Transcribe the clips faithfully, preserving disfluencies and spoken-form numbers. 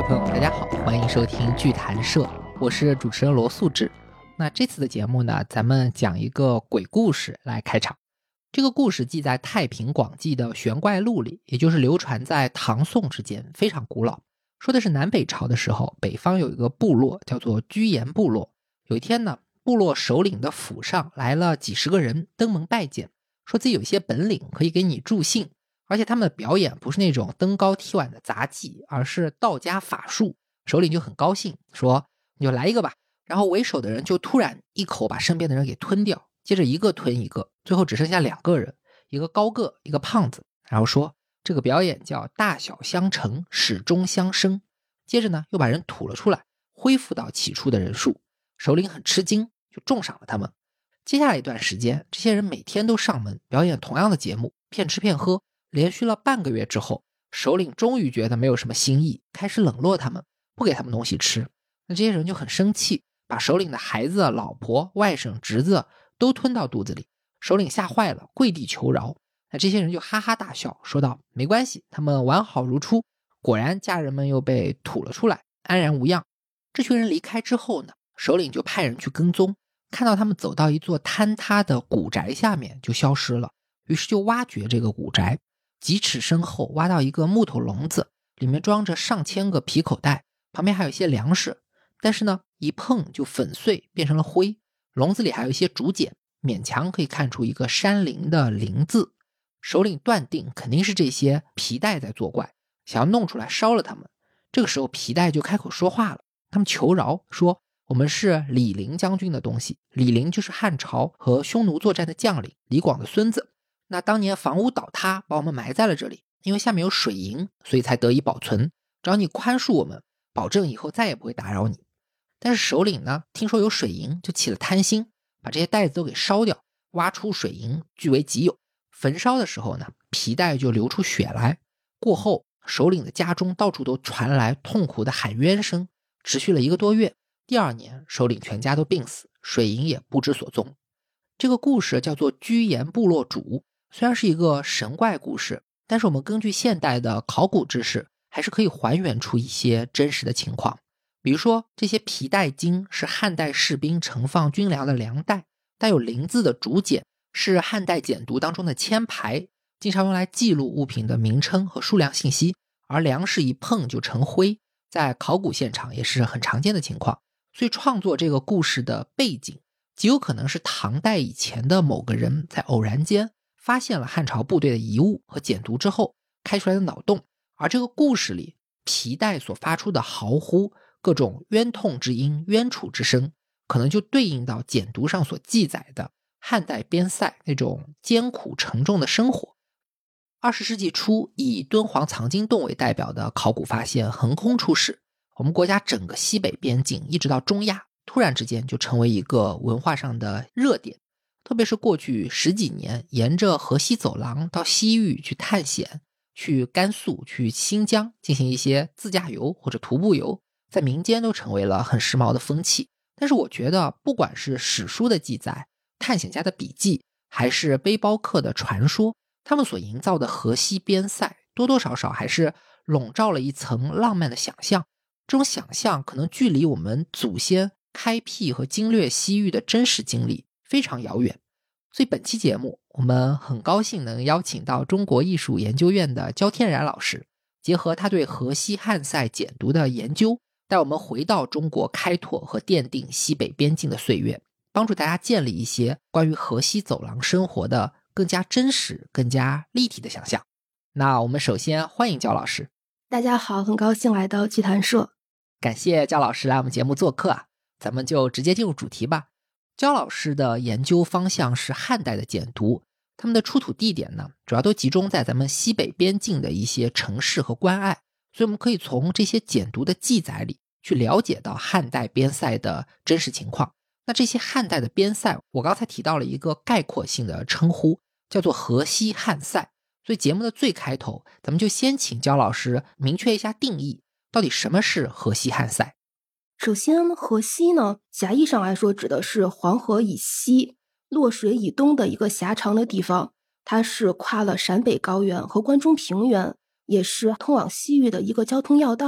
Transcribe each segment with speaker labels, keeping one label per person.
Speaker 1: 朋友们，大家好，欢迎收听剧谈社，我是主持人罗素志。那这次的节目呢，咱们讲一个鬼故事来开场。这个故事记在《太平广记》的玄怪录里，也就是流传在唐宋之间，非常古老。说的是南北朝的时候，北方有一个部落叫做居延部落。有一天呢，部落首领的府上来了几十个人登门拜见，说自己有一些本领可以给你助兴，而且他们的表演不是那种登高踢碗的杂技，而是道家法术。首领就很高兴，说你就来一个吧。然后为首的人就突然一口把身边的人给吞掉，接着一个吞一个，最后只剩下两个人，一个高个，一个胖子。然后说这个表演叫大小相乘，始终相生。接着呢又把人吐了出来，恢复到起初的人数。首领很吃惊，就重赏了他们。接下来一段时间，这些人每天都上门表演同样的节目，骗吃骗喝。连续了半个月之后，首领终于觉得没有什么新意，开始冷落他们，不给他们东西吃。那这些人就很生气，把首领的孩子、老婆、外甥、侄子都吞到肚子里。首领吓坏了，跪地求饶。那这些人就哈哈大笑，说道没关系，他们完好如初。果然家人们又被吐了出来，安然无恙。这群人离开之后呢，首领就派人去跟踪，看到他们走到一座坍塌的古宅下面就消失了，于是就挖掘这个古宅。几尺深厚，挖到一个木头笼子，里面装着上千个皮口袋，旁边还有一些粮食，但是呢一碰就粉碎变成了灰。笼子里还有一些竹简，勉强可以看出一个山林的林字。首领断定肯定是这些皮带在作怪，想要弄出来烧了他们。这个时候皮带就开口说话了，他们求饶，说我们是李陵将军的东西。李陵就是汉朝和匈奴作战的将领，李广的孙子。那当年房屋倒塌，把我们埋在了这里，因为下面有水银，所以才得以保存。只要你宽恕我们，保证以后再也不会打扰你。但是首领呢，听说有水银，就起了贪心，把这些袋子都给烧掉，挖出水银据为己有。焚烧的时候呢，皮带就流出血来。过后首领的家中到处都传来痛苦的喊冤声，持续了一个多月。第二年首领全家都病死，水银也不知所踪。这个故事叫做居延部落主，虽然是一个神怪故事，但是我们根据现代的考古知识，还是可以还原出一些真实的情况。比如说这些皮带巾是汉代士兵盛放军粮的粮袋，带有林字的竹简是汉代简牍当中的签牌，经常用来记录物品的名称和数量信息，而粮食一碰就成灰，在考古现场也是很常见的情况。所以创作这个故事的背景极有可能是唐代以前的某个人在偶然间发现了汉朝部队的遗物和简牍之后开出来的脑洞，而这个故事里皮带所发出的嚎呼，各种冤痛之音、冤楚之声，可能就对应到简牍上所记载的汉代边塞那种艰苦沉重的生活。二十世纪初，以敦煌藏经洞为代表的考古发现横空出世，我们国家整个西北边境一直到中亚，突然之间就成为一个文化上的热点。特别是过去十几年，沿着河西走廊到西域去探险，去甘肃、去新疆进行一些自驾游或者徒步游，在民间都成为了很时髦的风气。但是我觉得不管是史书的记载、探险家的笔记，还是背包客的传说，他们所营造的河西边塞多多少少还是笼罩了一层浪漫的想象。这种想象可能距离我们祖先开辟和经略西域的真实经历非常遥远。所以本期节目我们很高兴能邀请到中国艺术研究院的焦天然老师，结合他对河西汉塞简牍的研究，带我们回到中国开拓和奠定西北边境的岁月，帮助大家建立一些关于河西走廊生活的更加真实、更加立体的想象。那我们首先欢迎焦老师。
Speaker 2: 大家好，很高兴来到剧谈社。
Speaker 1: 感谢焦老师来我们节目做客啊，咱们就直接进入主题吧。焦老师的研究方向是汉代的简牍，他们的出土地点呢，主要都集中在咱们西北边境的一些城市和关隘，所以我们可以从这些简牍的记载里去了解到汉代边塞的真实情况。那这些汉代的边塞，我刚才提到了一个概括性的称呼，叫做河西汉塞。所以节目的最开头，咱们就先请焦老师明确一下定义，到底什么是河西汉塞？
Speaker 2: 首先，河西呢，狭义上来说指的是黄河以西、洛水以东的一个狭长的地方，它是跨了陕北高原和关中平原，也是通往西域的一个交通要道，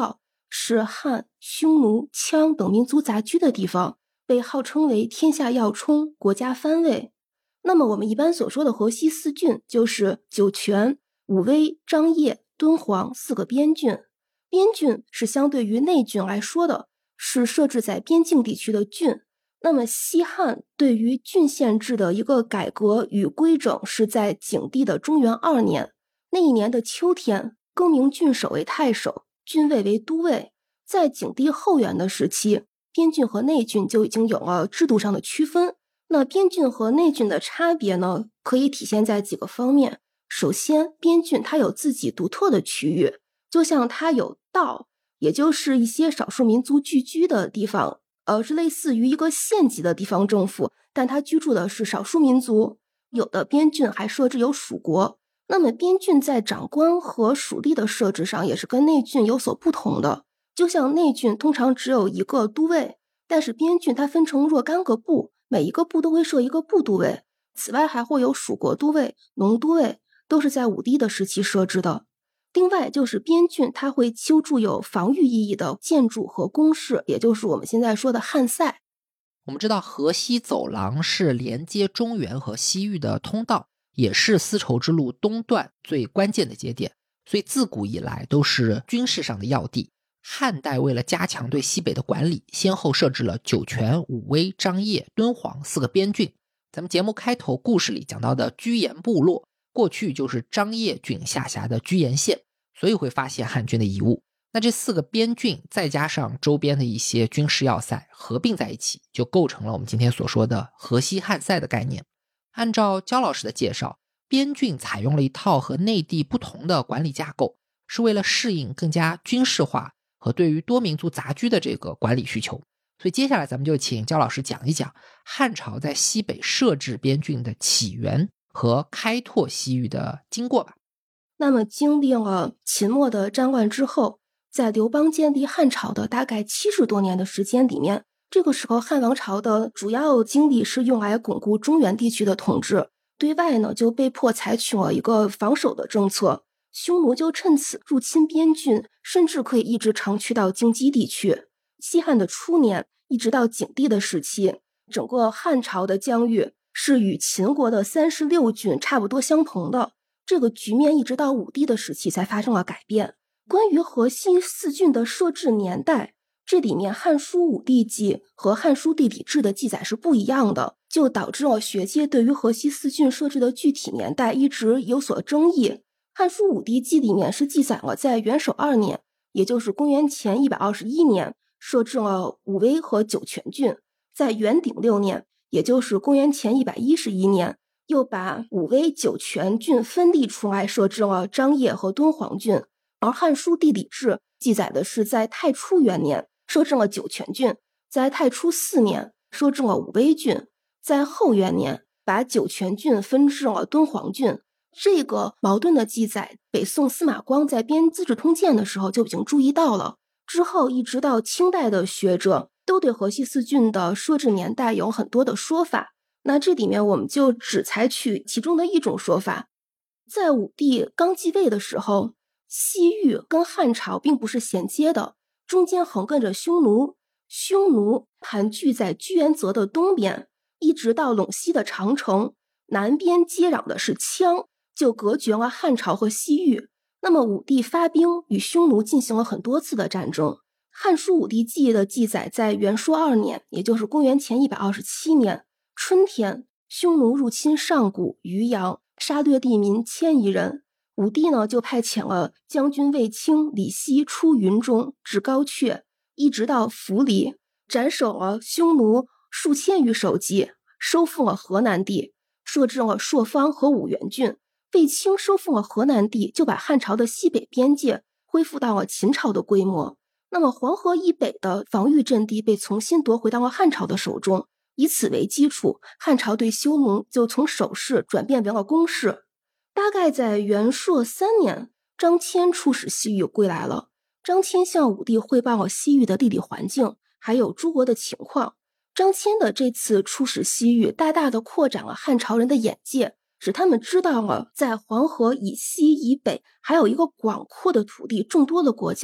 Speaker 2: 是汉、匈奴、羌等民族杂居的地方，被号称为天下要冲、国家藩位。那么我们一般所说的河西四郡，就是酒泉、武威、张掖、敦煌四个边郡。边郡是相对于内郡来说的，是设置在边境地区的郡。那么西汉对于郡县制的一个改革与规整是在景帝的中元二年，那一年的秋天，更名郡守为太守，郡尉为都尉。在景帝后元的时期，边郡和内郡就已经有了制度上的区分。那边郡和内郡的差别呢，可以体现在几个方面。首先，边郡它有自己独特的区域，就像它有道，也就是一些少数民族聚居的地方，呃，是类似于一个县级的地方政府，但它居住的是少数民族。有的边郡还设置有属国。那么边郡在长官和属地的设置上也是跟内郡有所不同的。就像内郡通常只有一个都尉，但是边郡它分成若干个部，每一个部都会设一个部都尉。此外还会有属国都尉、农都尉，都是在武帝的时期设置的。另外就是边郡它会修筑有防御意义的建筑和工事，也就是我们现在说的汉塞。
Speaker 1: 我们知道河西走廊是连接中原和西域的通道，也是丝绸之路东段最关键的节点，所以自古以来都是军事上的要地。汉代为了加强对西北的管理，先后设置了酒泉、武威、张掖、敦煌四个边郡。咱们节目开头故事里讲到的居延部落，过去就是张掖郡下辖的居延县，所以会发现汉军的遗物。那这四个边郡再加上周边的一些军事要塞合并在一起，就构成了我们今天所说的河西汉塞的概念。按照焦老师的介绍，边郡采用了一套和内地不同的管理架构，是为了适应更加军事化和对于多民族杂居的这个管理需求。所以接下来咱们就请焦老师讲一讲汉朝在西北设置边郡的起源和开拓西域的经过吧。
Speaker 2: 那么经历了秦末的战乱之后，在刘邦建立汉朝的大概七十多年的时间里面，这个时候汉王朝的主要精力是用来巩固中原地区的统治，对外呢就被迫采取了一个防守的政策。匈奴就趁此入侵边郡，甚至可以一直长驱到京畿地区。西汉的初年一直到景帝的时期，整个汉朝的疆域是与秦国的三十六郡差不多相同的。这个局面一直到武帝的时期才发生了改变。关于河西四郡的设置年代，这里面《汉书·武帝纪》和《汉书·地理志》的记载是不一样的，就导致了学界对于河西四郡设置的具体年代一直有所争议。《汉书·武帝纪》里面是记载了在元首二年，也就是公元前一百二十一年，设置了武威和酒泉郡。在元鼎六年，也就是公元前一百一十一年，又把武威、酒泉郡分立出来，设置了张掖和敦煌郡。而《汉书·地理志》记载的是在太初元年设置了酒泉郡，在太初四年设置了武威郡，在后元年把酒泉郡分至了敦煌郡。这个矛盾的记载，北宋司马光在编《资治通鉴》的时候就已经注意到了。之后一直到清代的学者都对河西四郡的设置年代有很多的说法，那这里面我们就只采取其中的一种说法。在武帝刚继位的时候，西域跟汉朝并不是衔接的，中间横亘着匈奴，匈奴盘踞在居延泽的东边，一直到陇西的长城，南边接壤的是羌，就隔绝了汉朝和西域。那么武帝发兵与匈奴进行了很多次的战争。《汉书·武帝纪》的记载，在元朔二年，也就是公元前一百二十七年春天，匈奴入侵上谷、渔阳，杀掠地民千余人。武帝呢就派遣了将军卫青、李希出云中，至高阙，一直到扶犁，斩首了匈奴数千余首级，收复了河南地，设置了朔方和五原郡。卫青收复了河南地，就把汉朝的西北边界恢复到了秦朝的规模。那么黄河以北的防御阵地被重新夺回到了汉朝的手中，以此为基础，汉朝对匈奴就从守势转变为了攻势。大概在元朔三年，张骞出使西域归来了。张骞向武帝汇报了西域的地理环境，还有诸国的情况。张骞的这次出使西域，大大的扩展了汉朝人的眼界，使他们知道了在黄河以西以北还有一个广阔的土地，众多的国家，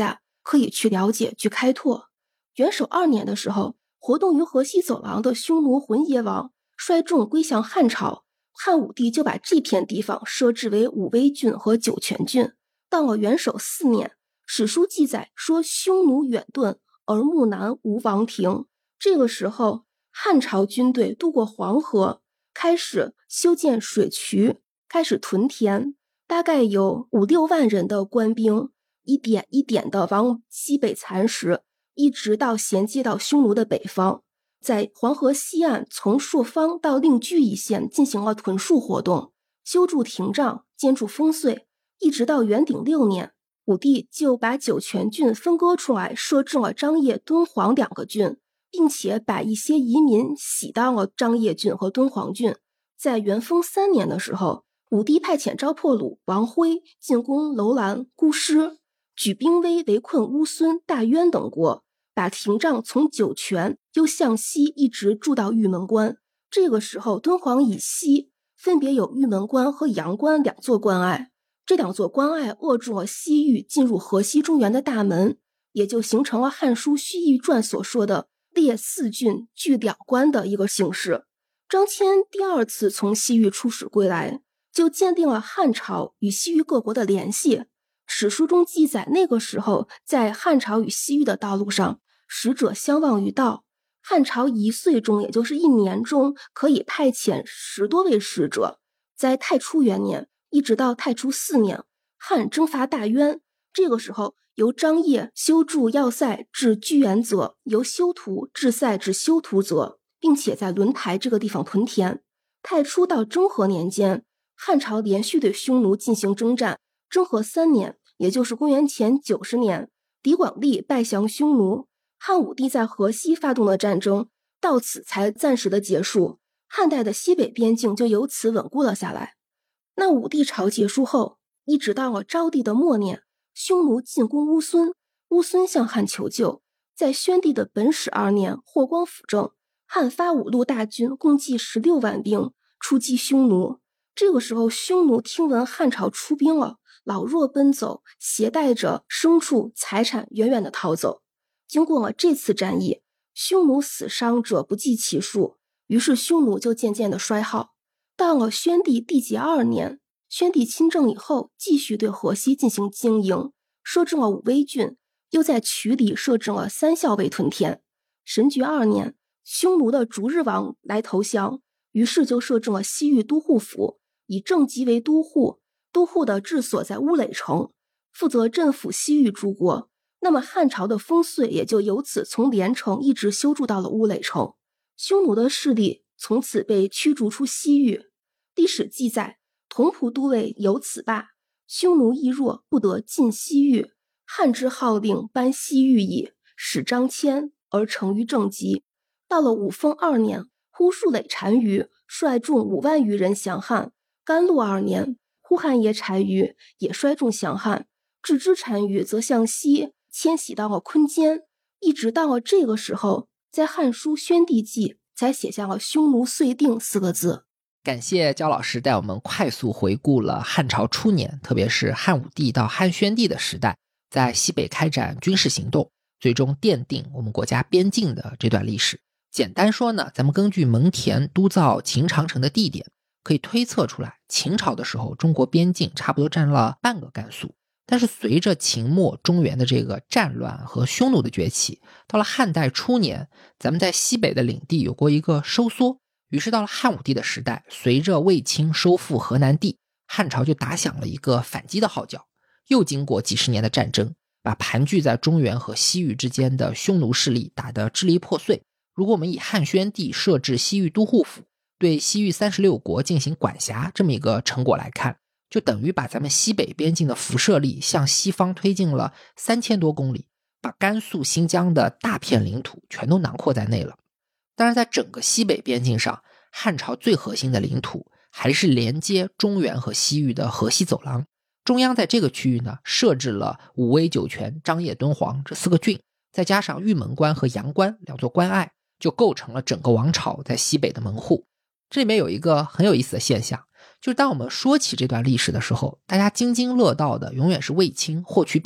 Speaker 2: 可以去了解去开拓。元首二年的时候，活动于河西走廊的匈奴浑邪王率众归降汉朝，汉武帝就把这片地方设置为武威郡和酒泉郡。到了元首四年，史书记载说匈奴远遁，而木南无王庭。这个时候，汉朝军队渡过黄河，开始修建水渠，开始屯田，大概有五六万人的官兵，一点一点的往西北蚕食，一直到衔接到匈奴的北方。在黄河西岸，从朔方到令居一线进行了屯戍活动，修筑亭障，建筑烽燧，一直到元鼎六年，武帝就把酒泉郡分割出来，设置了张掖、敦煌两个郡，并且把一些移民徙到了张掖郡和敦煌郡。在元丰三年的时候，武帝派遣赵破虏、王辉进攻楼兰、姑师，举兵威围困乌孙、大渊等国，把亭障从酒泉又向西一直筑到玉门关。这个时候，敦煌以西分别有玉门关和阳关两座关隘，这两座关隘扼住了西域进入河西中原的大门，也就形成了《汉书·西域传》所说的列四郡据两关的一个形式。张骞第二次从西域出使归来，就鉴定了汉朝与西域各国的联系。史书中记载，那个时候在汉朝与西域的道路上，使者相望于道。汉朝一岁中，也就是一年中，可以派遣十多位使者。在太初元年一直到太初四年，汉征伐大渊，这个时候由张掖修筑要塞至居延泽，由修图至塞至修图泽，并且在轮台这个地方屯田。太初到征和年间，汉朝连续对匈奴进行征战。征和三年，也就是公元前九十年，狄广利败降匈奴，汉武帝在河西发动的战争到此才暂时的结束，汉代的西北边境就由此稳固了下来。那武帝朝结束后，一直到了昭帝的末年，匈奴进攻乌孙，乌孙向汉求救。在宣帝的本始二年，霍光辅政，汉发五路大军，共计十六万兵出击匈奴。这个时候，匈奴听闻汉朝出兵了，老弱奔走，携带着牲畜财产远远的逃走。经过了这次战役，匈奴死伤者不计其数，于是匈奴就渐渐的衰耗。到了宣帝缔结二年，宣帝亲政以后，继续对河西进行经营，设置了武威郡，又在渠里设置了三校尉屯田。神爵二年，匈奴的逐日王来投降，于是就设置了西域都护府，以郑吉为都护，都护的治所在乌垒城，负责镇抚西域诸国。那么汉朝的烽燧也就由此从连城一直修筑到了乌垒城，匈奴的势力从此被驱逐出西域。历史记载，同蒲都尉由此罢，匈奴亦弱，不得进西域。汉之号令颁西域矣，使张骞而成于郑吉。到了武丰二年，呼数垒单于率众五万余人降汉。甘露二年，呼韩邪单于也率众降汉，郅支单于则向西迁徙到了昆坚。一直到了这个时候，在《汉书·宣帝纪》才写下了匈奴遂定四个字。
Speaker 1: 感谢焦老师带我们快速回顾了汉朝初年，特别是汉武帝到汉宣帝的时代，在西北开展军事行动，最终奠定我们国家边境的这段历史。简单说呢，咱们根据蒙恬督造秦长城的地点，可以推测出来，秦朝的时候中国边境差不多占了半个甘肃。但是随着秦末中原的这个战乱和匈奴的崛起，到了汉代初年，咱们在西北的领地有过一个收缩。于是到了汉武帝的时代，随着卫青收复河南地，汉朝就打响了一个反击的号角。又经过几十年的战争，把盘踞在中原和西域之间的匈奴势力打得支离破碎。如果我们以汉宣帝设置西域都护府，对西域三十六国进行管辖这么一个成果来看，就等于把咱们西北边境的辐射力向西方推进了三千多公里，把甘肃、新疆的大片领土全都囊括在内了。当然在整个西北边境上，汉朝最核心的领土还是连接中原和西域的河西走廊。中央在这个区域呢，设置了武威、酒泉、张掖、敦煌这四个郡，再加上玉门关和阳关两座关隘，就构成了整个王朝在西北的门户。这里面有一个很有意思的现象，就是当我们说起这段历史的时候，大家津津乐道的永远是卫青、霍去病，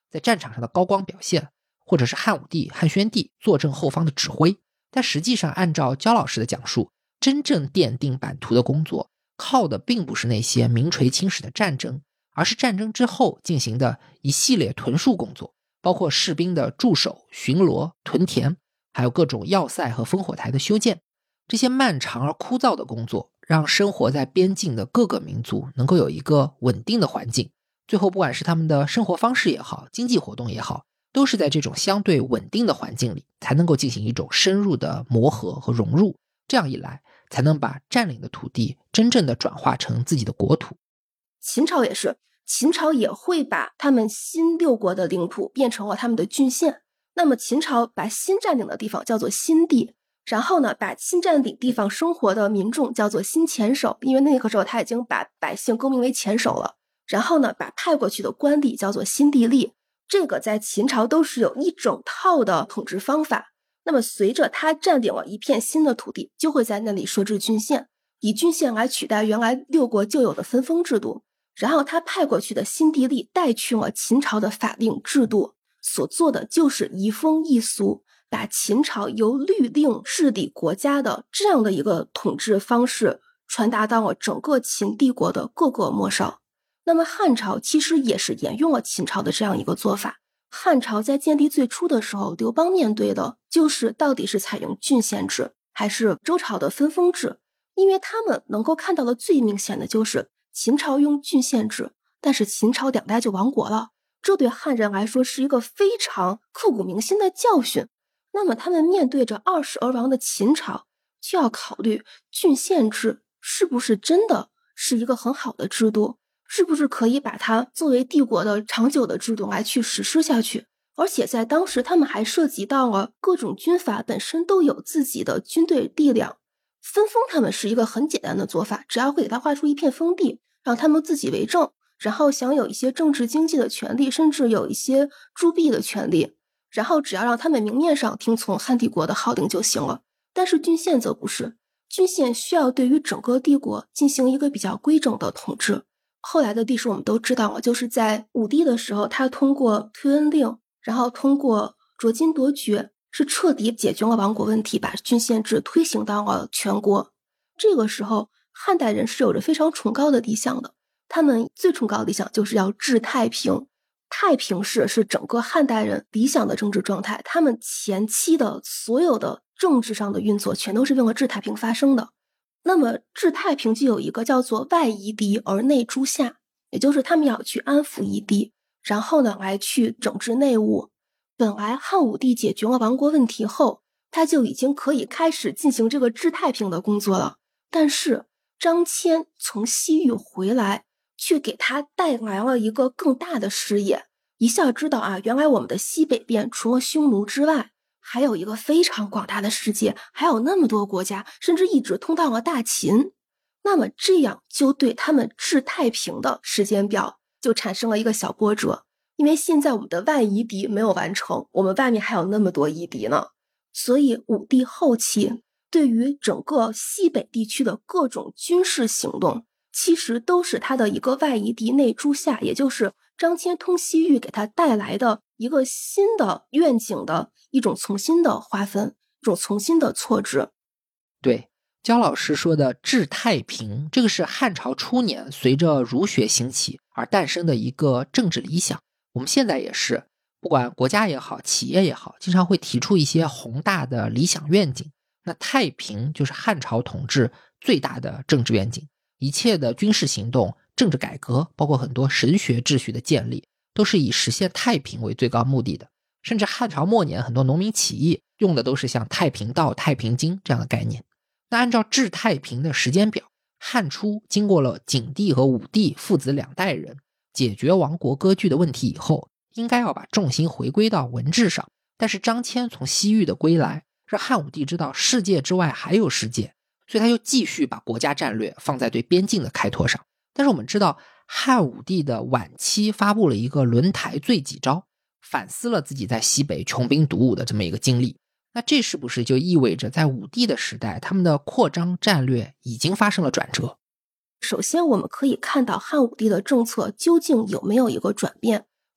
Speaker 1: 在战场上的高光表现，或者是汉武帝、汉宣帝坐镇后方的指挥。但实际上按照焦老师的讲述，真正奠定版图的工作靠的并不是那些名垂青史的战争，而是战争之后进行的一系列屯戍工作，包括士兵的驻守、巡逻、屯田，还有各种要塞和烽火台的修建。这些漫长而枯燥的工作让生活在边境的各个民族能够有一个稳定的环境，最后不管是他们的生活方式也好，经济活动也好，都是在这种相对稳定的环境里才能够进行一种深入的磨合和融入，这样一来才能把占领的土地真正的转化成自己的国土。
Speaker 2: 秦朝也是，秦朝也会把他们新六国的领土变成了他们的郡县。那么秦朝把新占领的地方叫做新地，然后呢，把新占领地方生活的民众叫做新前守，因为那个时候他已经把百姓更名为前守了。然后呢，把派过去的官吏叫做新地吏。这个在秦朝都是有一整套的统治方法。那么随着他占领了一片新的土地，就会在那里设置郡县，以郡县来取代原来六国旧有的分封制度。然后他派过去的新地吏带去了秦朝的法令制度，所做的就是移风易俗，把秦朝由律令治理国家的这样的一个统治方式传达到了整个秦帝国的各个末梢。那么汉朝其实也是沿用了秦朝的这样一个做法。汉朝在建立最初的时候，刘邦面对的就是到底是采用郡县制还是周朝的分封制，因为他们能够看到的最明显的就是秦朝用郡县制，但是秦朝两代就亡国了，这对汉人来说是一个非常刻骨铭心的教训。那么他们面对着二世而亡的秦朝，就要考虑郡县制是不是真的是一个很好的制度，是不是可以把它作为帝国的长久的制度来去实施下去。而且在当时他们还涉及到了各种军阀本身都有自己的军队力量，分封他们是一个很简单的做法，只要会给他划出一片封地，让他们自己为政，然后享有一些政治经济的权利，甚至有一些铸币的权利，然后只要让他们明面上听从汉帝国的号令就行了。但是郡县则不是，郡县需要对于整个帝国进行一个比较规整的统治。后来的历史我们都知道了，就是在武帝的时候，他通过推恩令，然后通过捉襟夺爵，是彻底解决了亡国问题，把郡县制推行到了全国。这个时候汉代人是有着非常崇高的理想的，他们最崇高的理想就是要治太平。太平是是整个汉代人理想的政治状态，他们前期的所有的政治上的运作全都是为了治太平发生的。那么治太平就有一个叫做外夷狄而内诛夏，也就是他们要去安抚夷狄，然后呢来去整治内务。本来汉武帝解决了亡国问题后，他就已经可以开始进行这个治太平的工作了，但是张骞从西域回来，却给他带来了一个更大的视野。一下知道啊，原来我们的西北边除了匈奴之外，还有一个非常广大的世界，还有那么多国家，甚至一直通到了大秦。那么这样就对他们治太平的时间表就产生了一个小波折，因为现在我们的外夷狄没有完成，我们外面还有那么多夷狄呢。所以武帝后期对于整个西北地区的各种军事行动，其实都是他的一个外夷狄内诛夏，也就是张骞通西域给他带来的一个新的愿景的一种重新的划分，一种重新的错置。
Speaker 1: 对，焦老师说的治太平，这个是汉朝初年随着儒学兴起而诞生的一个政治理想。我们现在也是，不管国家也好，企业也好，经常会提出一些宏大的理想愿景。那太平就是汉朝统治最大的政治愿景，一切的军事行动、政治改革，包括很多神学秩序的建立，都是以实现太平为最高目的的。甚至汉朝末年很多农民起义用的都是像太平道、太平经这样的概念。那按照治太平的时间表，汉初经过了景帝和武帝父子两代人解决亡国割据的问题以后，应该要把重心回归到文治上。但是张骞从西域的归来，让汉武帝知道世界之外还有世界，所以他又继续把国家战略放在对边境的开拓上。但是我们知道汉武帝的晚期发布了一个轮台罪己诏，反思了自己在西北穷兵黩武的这么一个经历。那这是不是就意味着在武帝的时代，他们的扩张战略已经发生了转折？
Speaker 2: 首先我们可以看到汉武帝的政策究竟有没有一个转变，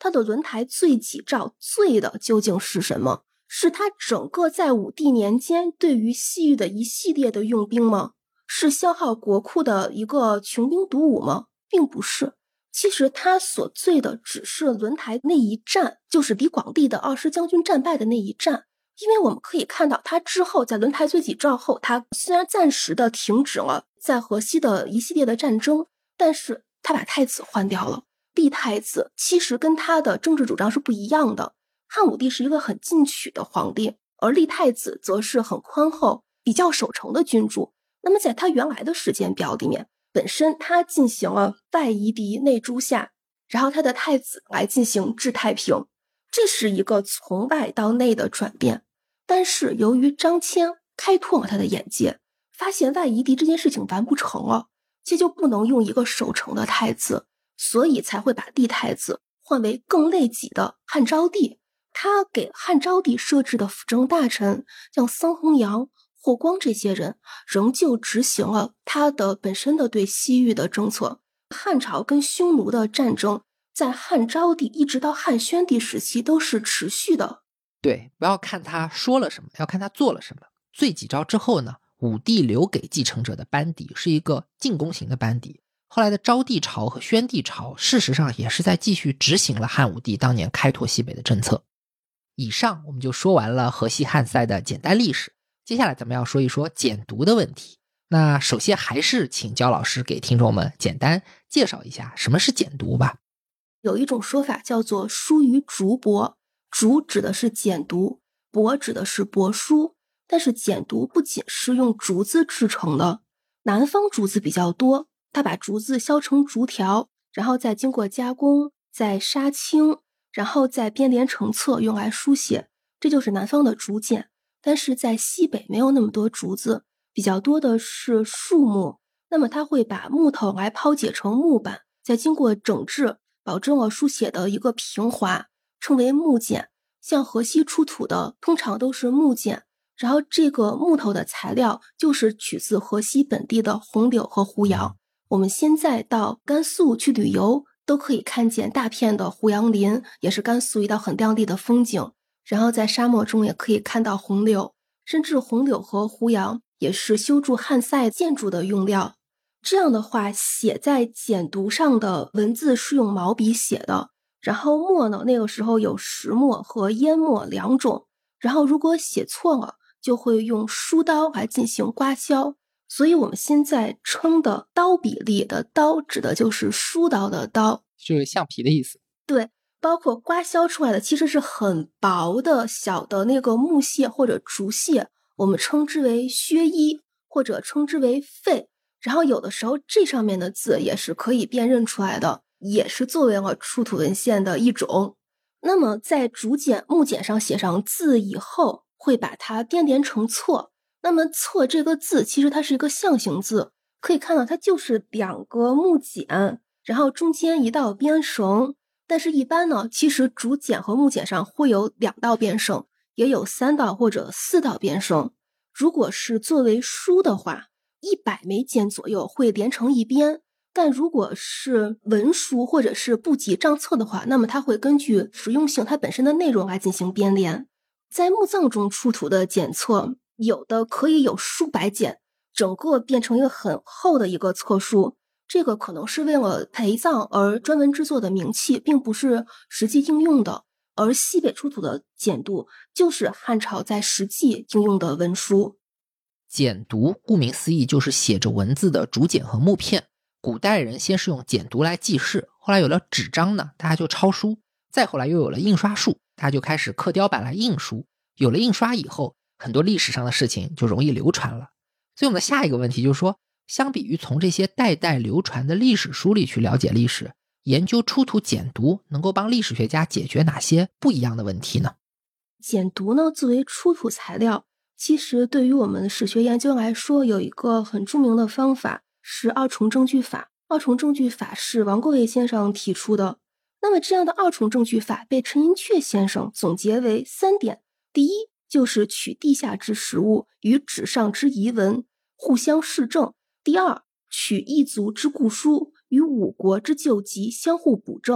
Speaker 2: 它的轮台罪己诏罪的究竟是什么？是他整个在武帝年间对于西域的一系列的用兵吗？是消耗国库的一个穷兵黩武吗？并不是。其实他所罪的只是轮台那一战，就是李广利的二师将军战败的那一战。因为我们可以看到，他之后在轮台罪己诏后，他虽然暂时的停止了在河西的一系列的战争，但是他把太子换掉了。立太子其实跟他的政治主张是不一样的。汉武帝是一个很进取的皇帝，而立太子则是很宽厚、比较守成的君主。那么在他原来的时间表里面，本身他进行了外夷狄内诛夏，然后他的太子来进行治太平，这是一个从外到内的转变。但是由于张骞开拓了他的眼界，发现外夷狄这件事情完不成了，这就不能用一个守成的太子，所以才会把立太子换为更累己的汉昭帝。他给汉昭帝设置的辅政大臣像桑弘羊、霍光这些人，仍旧执行了他的本身的对西域的政策。汉朝跟匈奴的战争在汉昭帝一直到汉宣帝时期都是持续的。
Speaker 1: 对，不要看他说了什么，要看他做了什么。罪己诏之后呢，武帝留给继承者的班底是一个进攻型的班底。后来的昭帝朝和宣帝朝事实上也是在继续执行了汉武帝当年开拓西北的政策。以上我们就说完了河西汉塞的简单历史，接下来咱们要说一说简牍的问题。那首先还是请焦老师给听众们简单介绍一下什么是简牍吧。
Speaker 2: 有一种说法叫做书于竹帛，竹指的是简牍，帛指的是帛书。但是简牍不仅是用竹子制成的，南方竹子比较多，它把竹子削成竹条，然后再经过加工，再杀青，然后再编连成册用来书写，这就是南方的竹简。但是在西北没有那么多竹子，比较多的是树木，那么它会把木头来抛解成木板，再经过整治，保证了书写的一个平滑，称为木简。像河西出土的通常都是木简，然后这个木头的材料就是取自河西本地的红柳和胡杨。我们现在到甘肃去旅游，都可以看见大片的胡杨林，也是甘肃一道很亮丽的风景。然后在沙漠中也可以看到红柳，甚至红柳和胡杨也是修筑汉塞建筑的用料。这样的话，写在简牍上的文字是用毛笔写的，然后墨呢，那个时候有石墨和烟墨两种，然后如果写错了，就会用书刀来进行刮削。所以我们现在称的刀笔里的刀指的就是书刀的刀，
Speaker 1: 就是橡皮的意思。
Speaker 2: 对，包括刮削出来的其实是很薄的小的那个木屑或者竹屑，我们称之为削衣或者称之为废。然后有的时候这上面的字也是可以辨认出来的，也是作为了出土文献的一种。那么在竹简、木简上写上字以后，会把它编连成册。那么册这个字其实它是一个象形字，可以看到它就是两个木简，然后中间一道编绳。但是一般呢，其实竹简和木简上会有两道编绳，也有三道或者四道编绳。如果是作为书的话，一百枚简左右会连成一编，但如果是文书或者是部级账册的话，那么它会根据实用性它本身的内容来进行编连。在墓葬中出土的简册，有的可以有数百简，整个变成一个很厚的一个册书，这个可能是为了陪葬而专门制作的冥器，并不是实际应用的。而西北出土的简牍就是汉朝在实际应用的文书。
Speaker 1: 简牍顾名思义就是写着文字的竹简和木片。古代人先是用简牍来记事，后来有了纸张呢，大家就抄书，再后来又有了印刷术，大家就开始刻雕版来印书。有了印刷以后，很多历史上的事情就容易流传了。所以我们的下一个问题就是说，相比于从这些代代流传的历史书里去了解历史，研究出土简牍能够帮历史学家解决哪些不一样的问题呢？
Speaker 2: 简牍呢，作为出土材料，其实对于我们史学研究来说，有一个很著名的方法，是二重证据法。二重证据法是王国维先生提出的。那么这样的二重证据法被陈寅恪先生总结为三点。第一，就是取地下之实物与纸上之遗文互相试证。第二，取异族之故书与五国之旧籍相互补正。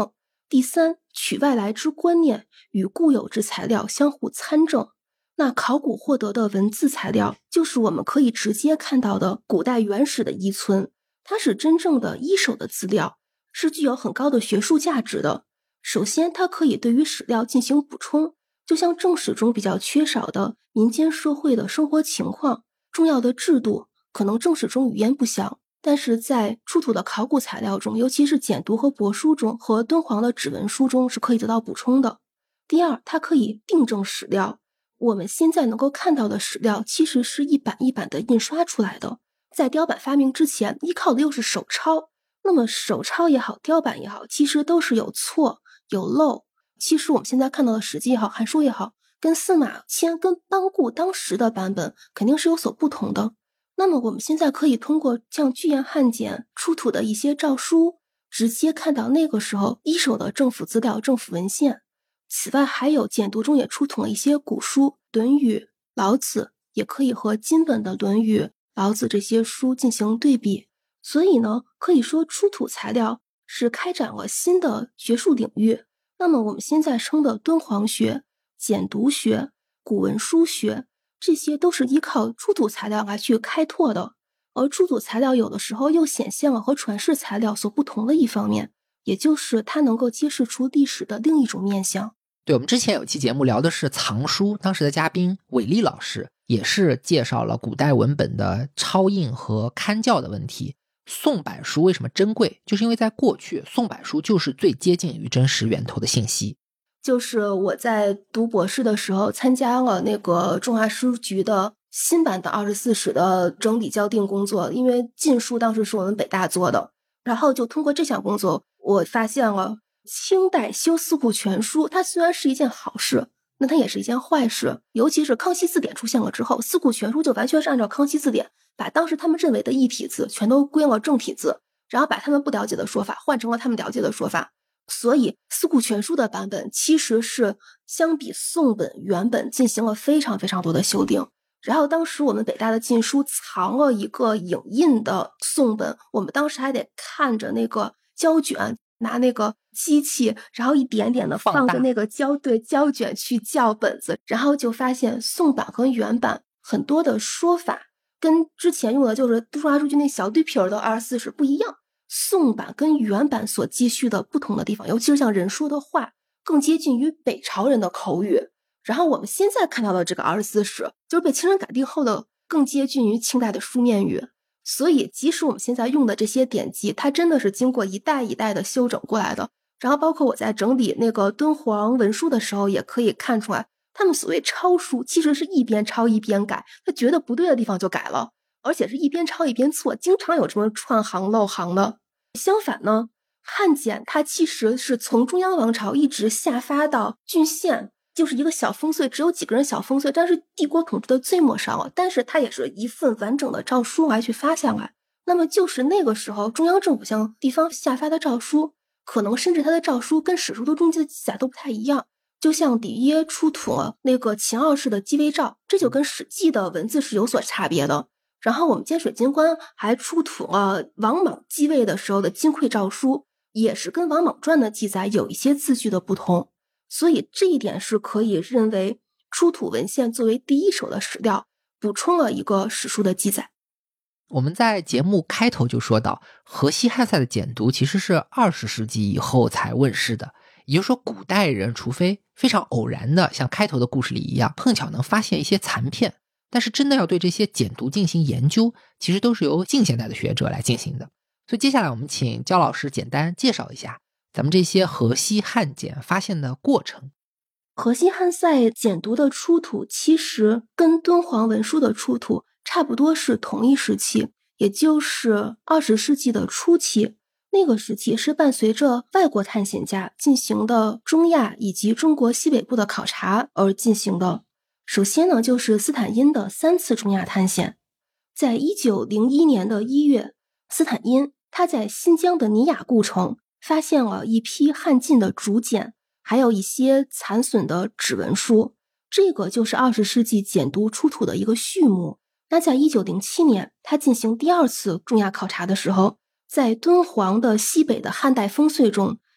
Speaker 2: 第三，取外来之观念与固有之材料相互参证。那考古获得的文字材料，就是我们可以直接看到的古代原始的遗存，它是真正的一手的资料，是具有很高的学术价值的。首先，它可以对于史料进行补充，就像正史中比较缺少的民间社会的生活情况、重要的制度，可能正史中语焉不详，但是在出土的考古材料中，尤其是简牍和帛书中和敦煌的指纹书中是可以得到补充的。第二，它可以订正史料。我们现在能够看到的史料其实是一版一版的印刷出来的，在雕版发明之前，依靠的又是手抄。那么手抄也好，雕版也好，其实都是有错有漏。其实我们现在看到的史记也好，汉书也好，跟司马迁跟班固当时的版本肯定是有所不同的。那么我们现在可以通过像巨岩汉简出土的一些诏书，直接看到那个时候一手的政府资料、政府文献。此外，还有简牍中也出土了一些古书，《论语》、老子，也可以和金本的《论语》、老子这些书进行对比。所以呢，可以说出土材料是开展了新的学术领域。那么我们现在称的敦煌学、简牍学、古文书学，这些都是依靠出土材料来去开拓的。而出土材料有的时候又显现了和传世材料所不同的一方面，也就是它能够揭示出历史的另一种面向。
Speaker 1: 对，我们之前有期节目聊的是藏书，当时的嘉宾韦力老师也是介绍了古代文本的抄印和刊校的问题。宋版书为什么珍贵？就是因为在过去，宋版书就是最接近于真实源头的信息。
Speaker 2: 就是我在读博士的时候参加了那个中华书局的新版的二十四史的整理校订工作，因为禁书当时是我们北大做的，然后就通过这项工作，我发现了清代修四库全书，它虽然是一件好事，那它也是一件坏事。尤其是康熙字典出现了之后，四库全书就完全是按照康熙字典，把当时他们认为的异体字全都归了正体字，然后把他们不了解的说法换成了他们了解的说法。所以四库全书的版本其实是相比宋本原本进行了非常非常多的修订。然后当时我们北大的禁书藏了一个影印的宋本，我们当时还得看着那个胶卷，拿那个机器，然后一点点的放着那个胶对胶卷去校本子，然后就发现宋版和原版很多的说法跟之前用的就是中华书局那小绿皮儿的二十四史不一样。宋版跟原版所记叙的不同的地方，尤其是像人说的话更接近于北朝人的口语，然后我们现在看到的这个二十四史就是被清人改定后的更接近于清代的书面语。所以即使我们现在用的这些典籍，它真的是经过一代一代的修整过来的。然后包括我在整理那个敦煌文书的时候，也可以看出来他们所谓抄书其实是一边抄一边改，他觉得不对的地方就改了，而且是一边抄一边错，经常有这么串行漏行的。相反呢，汉简它其实是从中央王朝一直下发到郡县，就是一个小封碎，只有几个人小封碎，但是帝国统治的最末上了，但是它也是一份完整的诏书来去发下来。那么就是那个时候中央政府向地方下发的诏书，可能甚至它的诏书跟史书的中记的记载都不太一样。就像底耶出土了那个秦二世的继位诏，这就跟史记的文字是有所差别的。然后我们建水金棺还出土了王莽继位的时候的金匮诏书，也是跟王莽传的记载有一些字句的不同。所以这一点是可以认为出土文献作为第一手的史料，补充了一个史书的记载。
Speaker 1: 我们在节目开头就说到，河西汉塞的简牍其实是二十世纪以后才问世的，也就是说古代人除非非常偶然的像开头的故事里一样碰巧能发现一些残片，但是真的要对这些简牍进行研究，其实都是由近现代的学者来进行的。所以接下来我们请焦老师简单介绍一下咱们这些河西汉简发现的过程。
Speaker 2: 河西汉塞简牍的出土其实跟敦煌文书的出土差不多是同一时期，也就是二十世纪的初期。那个时期是伴随着外国探险家进行的中亚以及中国西北部的考察而进行的。首先呢，就是斯坦因的三次中亚探险。在一九零一年的一月，斯坦因他在新疆的尼雅故城发现了一批汉晋的竹简，还有一些残损的指纹书，这个就是二十世纪简牍出土的一个序幕。那在一九零七年，他进行第二次中亚考察的时候，在敦煌的西北的汉代封碎中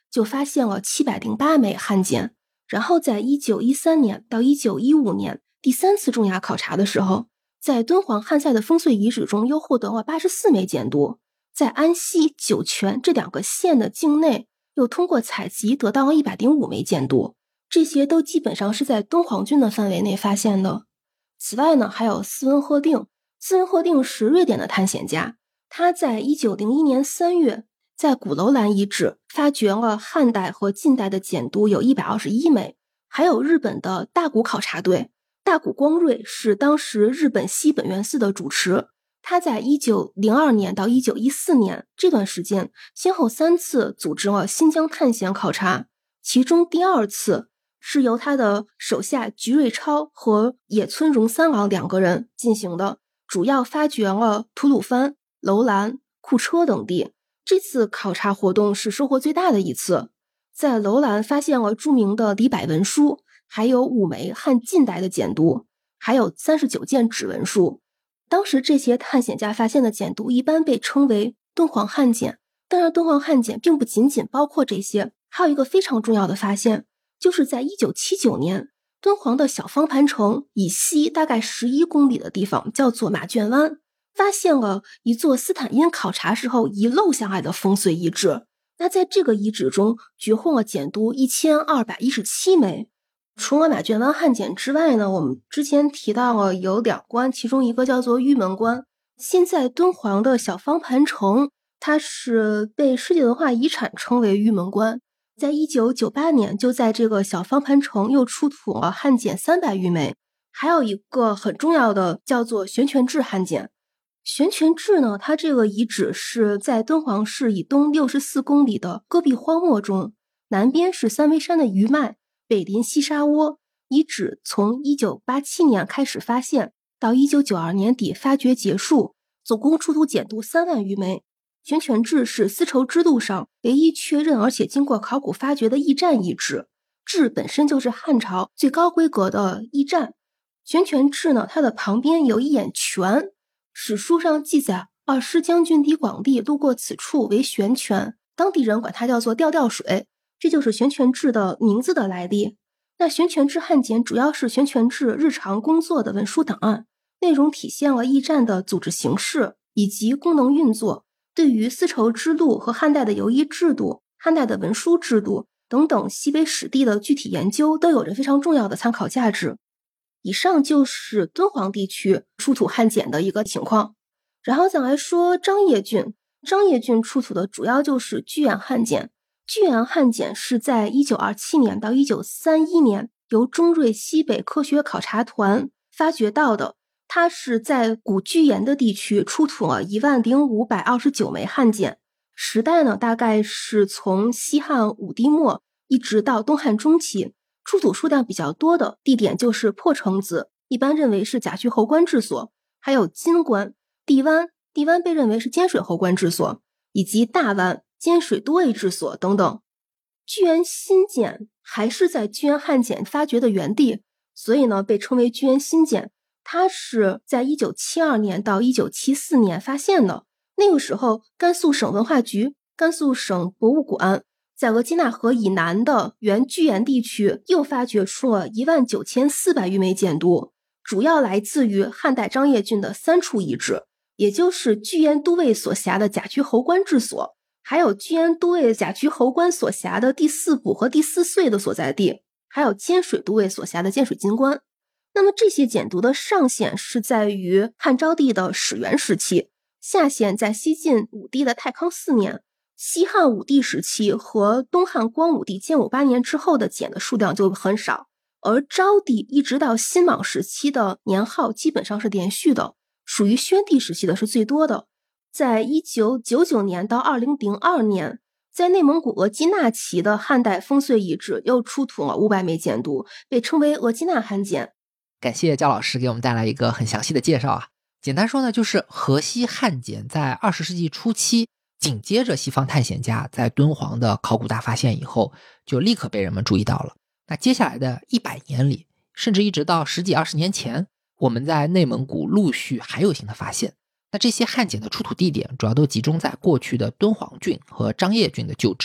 Speaker 2: 就发现了七百零八枚汉简，然后在一九一三年到一九一五年第三次重牙考察的时候，在敦煌汉塞的烽燧遗址中又获得了八十四枚简牍，在安西、酒泉这两个县的境内又通过采集得到了一百零五枚简牍，这些都基本上是在敦煌郡的范围内发现的。此外呢，还有斯文赫定，斯文赫定是瑞典的探险家，他在一九零一年三月在古楼兰遗址发掘了汉代和近代的简牍有一百二十一枚，还有日本的大谷考察队，大谷光瑞是当时日本西本愿寺的主持，他在一九零二年到一九一四年这段时间先后三次组织了新疆探险考察，其中第二次是由他的手下菊瑞超和野村荣三郎两个人进行的，主要发掘了吐鲁番、楼兰、库车等地。这次考察活动是收获最大的一次，在楼兰发现了著名的李柏文书，还有五枚汉近代的简牍，还有三十九件指纹书。当时这些探险家发现的简牍一般被称为敦煌汉简，当然敦煌汉简并不仅仅包括这些，还有一个非常重要的发现，就是在一九七九年，敦煌的小方盘城以西大概十一公里的地方叫做马圈湾，发现了一座斯坦因考察时候遗漏下来的烽燧遗址。那在这个遗址中掘获了简牍一千二百一十七枚。除了马圈湾汉简之外呢，我们之前提到了有两关，其中一个叫做玉门关。现在敦煌的小方盘城它是被世界文化遗产称为玉门关，在一九九八年就在这个小方盘城又出土了汉简三百余枚。还有一个很重要的叫做玄泉至汉简。玄泉至呢，它这个遗址是在敦煌市以东六十四公里的戈壁荒漠中，南边是三危山的余脉，北临西沙窝。遗址从一九八七年开始发现，到一九九二年底发掘结束，总共出土简牍三万余枚。玄泉至是丝绸之路上唯一确认而且经过考古发掘的驿站遗址，至本身就是汉朝最高规格的驿站。玄泉至呢，它的旁边有一眼泉，史书上记载二师将军李广利路过此处为玄泉，当地人管它叫做吊吊水，这就是玄泉至的名字的来历。那玄泉至汉简主要是玄泉至日常工作的文书档案，内容体现了驿站的组织形式以及功能运作，对于丝绸之路和汉代的邮驿制度、汉代的文书制度等等西北史地的具体研究都有着非常重要的参考价值。以上就是敦煌地区出土汉简的一个情况。然后再来说张掖郡，张掖郡出土的主要就是居延汉简。居延汉简是在一九二七年到一九三一年由中瑞西北科学考察团发掘到的，它是在古居延的地区出土了一万零五百二十九枚汉简，时代呢大概是从西汉武帝末一直到东汉中期，出土数量比较多的地点就是破城子，一般认为是甲戌侯官治所，还有金关、地湾，地湾被认为是坚水侯官治所，以及大湾、坚水都尉治所等等。居延新简还是在居延汉简发掘的原地，所以呢被称为居延新简。它是在一九七二年到一九七四年发现的，那个时候甘肃省文化局、甘肃省博物馆在额济纳河以南的原居延地区又发掘出了一万九千四百余枚简牍，主要来自于汉代张掖郡的三处遗址，也就是居延都尉所辖的甲戌侯官治所，还有居延都尉甲戌侯官所辖的第四堡和第四岁的所在地，还有坚水都尉所辖的坚水金关。那么这些简牍的上限是在于汉昭帝的始元时期，下限在西晋武帝的太康四年，西汉武帝时期和东汉光武帝建武八年之后的简的数量就很少，而昭帝一直到辛卯时期的年号基本上是连续的，属于宣帝时期的是最多的。在一九九九年到二零零二年，在内蒙古额济纳旗的汉代烽燧遗址又出土了五百枚简牍，被称为额济纳汉简。
Speaker 1: 感谢焦老师给我们带来一个很详细的介绍啊。简单说呢，就是河西汉简在二十世纪初期紧接着西方探险家在敦煌的考古大发现以后，就立刻被人们注意到了。那接下来的一百年里，甚至一直到十几二十年前，我们在内蒙古陆续还有新的发现。那这些汉简的出土地点主要都集中在过去的敦煌郡和张掖郡的旧址，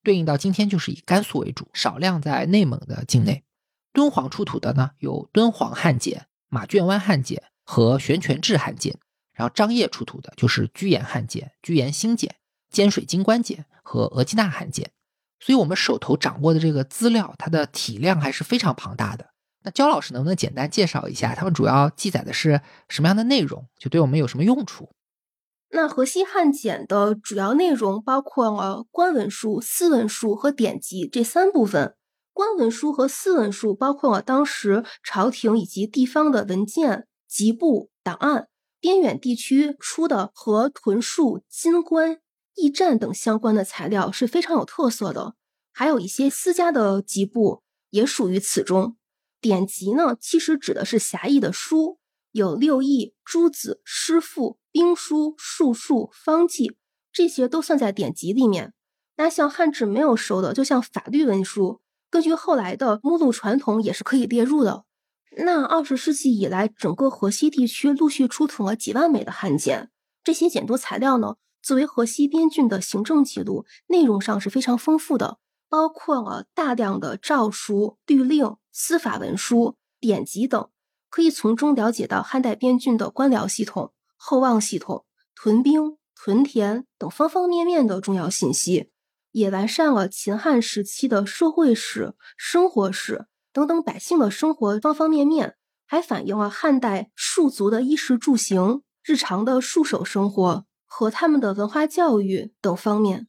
Speaker 1: 对应到今天就是以甘肃为主，少量在内蒙的境内。敦煌出土的呢有敦煌汉简、马圈湾汉简和悬泉置汉简，然后张掖出土的就是居延汉简、居延新简、尖水金冠简和额济纳汉简。所以我们手头掌握的这个资料，它的体量还是非常庞大的。那焦老师能不能简单介绍一下，他们主要记载的是什么样的内容，就对我们有什么用处？
Speaker 2: 那河西汉简的主要内容包括了官文书、司文书和典籍这三部分。官文书和司文书包括了当时朝廷以及地方的文件、籍簿、档案，边远地区出的和屯戍、金官、驿站等相关的材料是非常有特色的。还有一些私家的籍簿也属于此中。典籍呢，其实指的是狭义的书，有六艺、诸子、诗赋、兵书、术数、方剂，这些都算在典籍里面。那像汉制没有收的，就像法律文书，根据后来的目录传统也是可以列入的。那二十世纪以来，整个河西地区陆续出土了几万枚的汉简，这些简牍材料呢，作为河西边郡的行政记录，内容上是非常丰富的，包括了大量的诏书、律令、司法文书、典籍等，可以从中了解到汉代边郡的官僚系统、厚望系统、屯兵、屯田等方方面面的重要信息，也完善了秦汉时期的社会史、生活史等等百姓的生活方方面面，还反映了汉代戍族的衣食住行、日常的戍守生活和他们的文化教育等方面。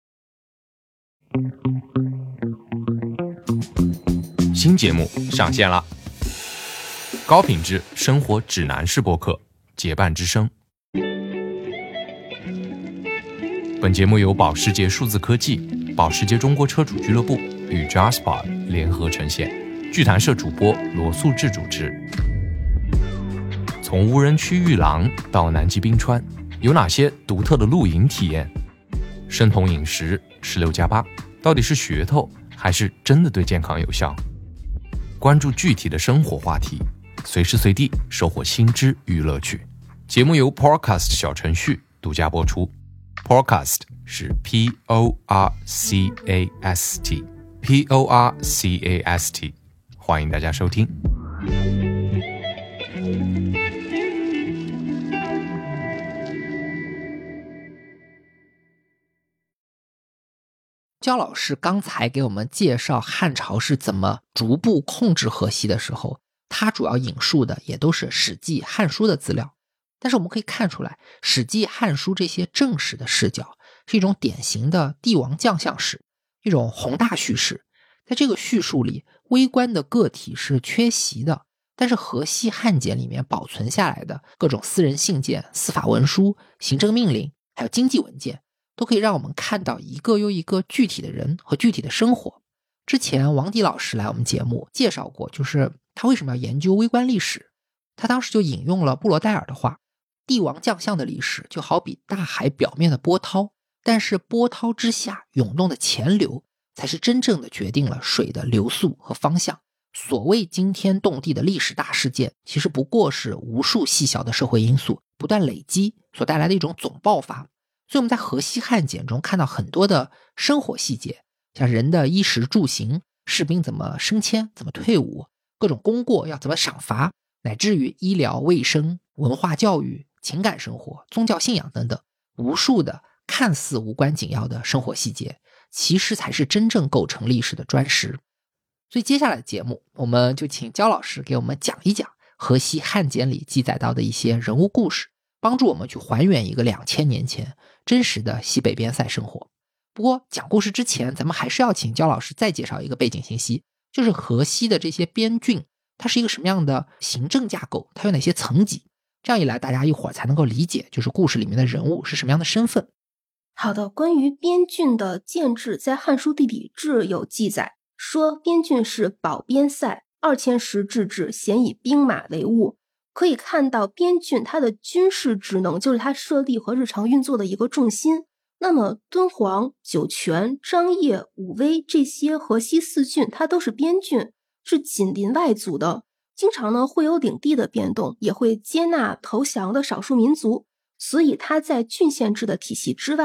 Speaker 3: 新节目上线了，高品质生活指南式播客《结伴之声》。本节目由保时捷数字科技、保时捷中国车主俱乐部与 Jaspa 联合呈现，剧谈社主播罗素志主持。从无人区玉廊到南极冰川，有哪些独特的露营体验？生酮饮食十六加八到底是噱头，还是真的对健康有效？关注具体的生活话题，随时随地收获新知与乐趣。节目由 Podcast 小程序独家播出。Podcast 是 P O R C A S T P O R C A S T， 欢迎大家收听。
Speaker 1: 焦老师刚才给我们介绍汉朝是怎么逐步控制河西的时候，他主要引述的也都是《史记》《汉书》的资料。但是我们可以看出来，《史记》《汉书》这些正史的视角是一种典型的帝王将相史，一种宏大叙事。在这个叙述里，微观的个体是缺席的，但是河西汉简里面保存下来的各种私人信件、司法文书、行政命令，还有经济文件，都可以让我们看到一个又一个具体的人和具体的生活。之前王迪老师来我们节目介绍过，就是他为什么要研究微观历史。他当时就引用了布罗代尔的话，帝王将相的历史就好比大海表面的波涛，但是波涛之下涌动的钱流才是真正的决定了水的流速和方向。所谓惊天动地的历史大事件，其实不过是无数细小的社会因素不断累积所带来的一种总爆发。所以我们在河西汉简中看到很多的生活细节，像人的衣食住行，士兵怎么升迁怎么退伍，各种功过要怎么赏罚，乃至于医疗卫生、文化教育、情感生活、宗教信仰等等，无数的看似无关紧要的生活细节，其实才是真正构成历史的砖石。所以接下来的节目，我们就请焦老师给我们讲一讲河西汉简里记载到的一些人物故事，帮助我们去还原一个两千年前真实的西北边塞生活。不过讲故事之前，咱们还是要请焦老师再介绍一个背景信息，就是河西的这些边郡，它是一个什么样的行政架构，它有哪些层级，这样一来大家一会儿才能够理解，就是故事里面的人物是什么样的身份。
Speaker 2: 好的，关于边郡的建制，在《汉书地理志》有记载，说边郡是保边塞，二千石制制，咸以兵马为务。可以看到边郡它的军事职能就是它设立和日常运作的一个重心。那么敦煌、酒泉、张掖、武威这些河西四郡，它都是边郡，是紧邻外族的，经常呢会有领地的变动，也会接纳投降的少数民族，所以它在郡县制的体系之外，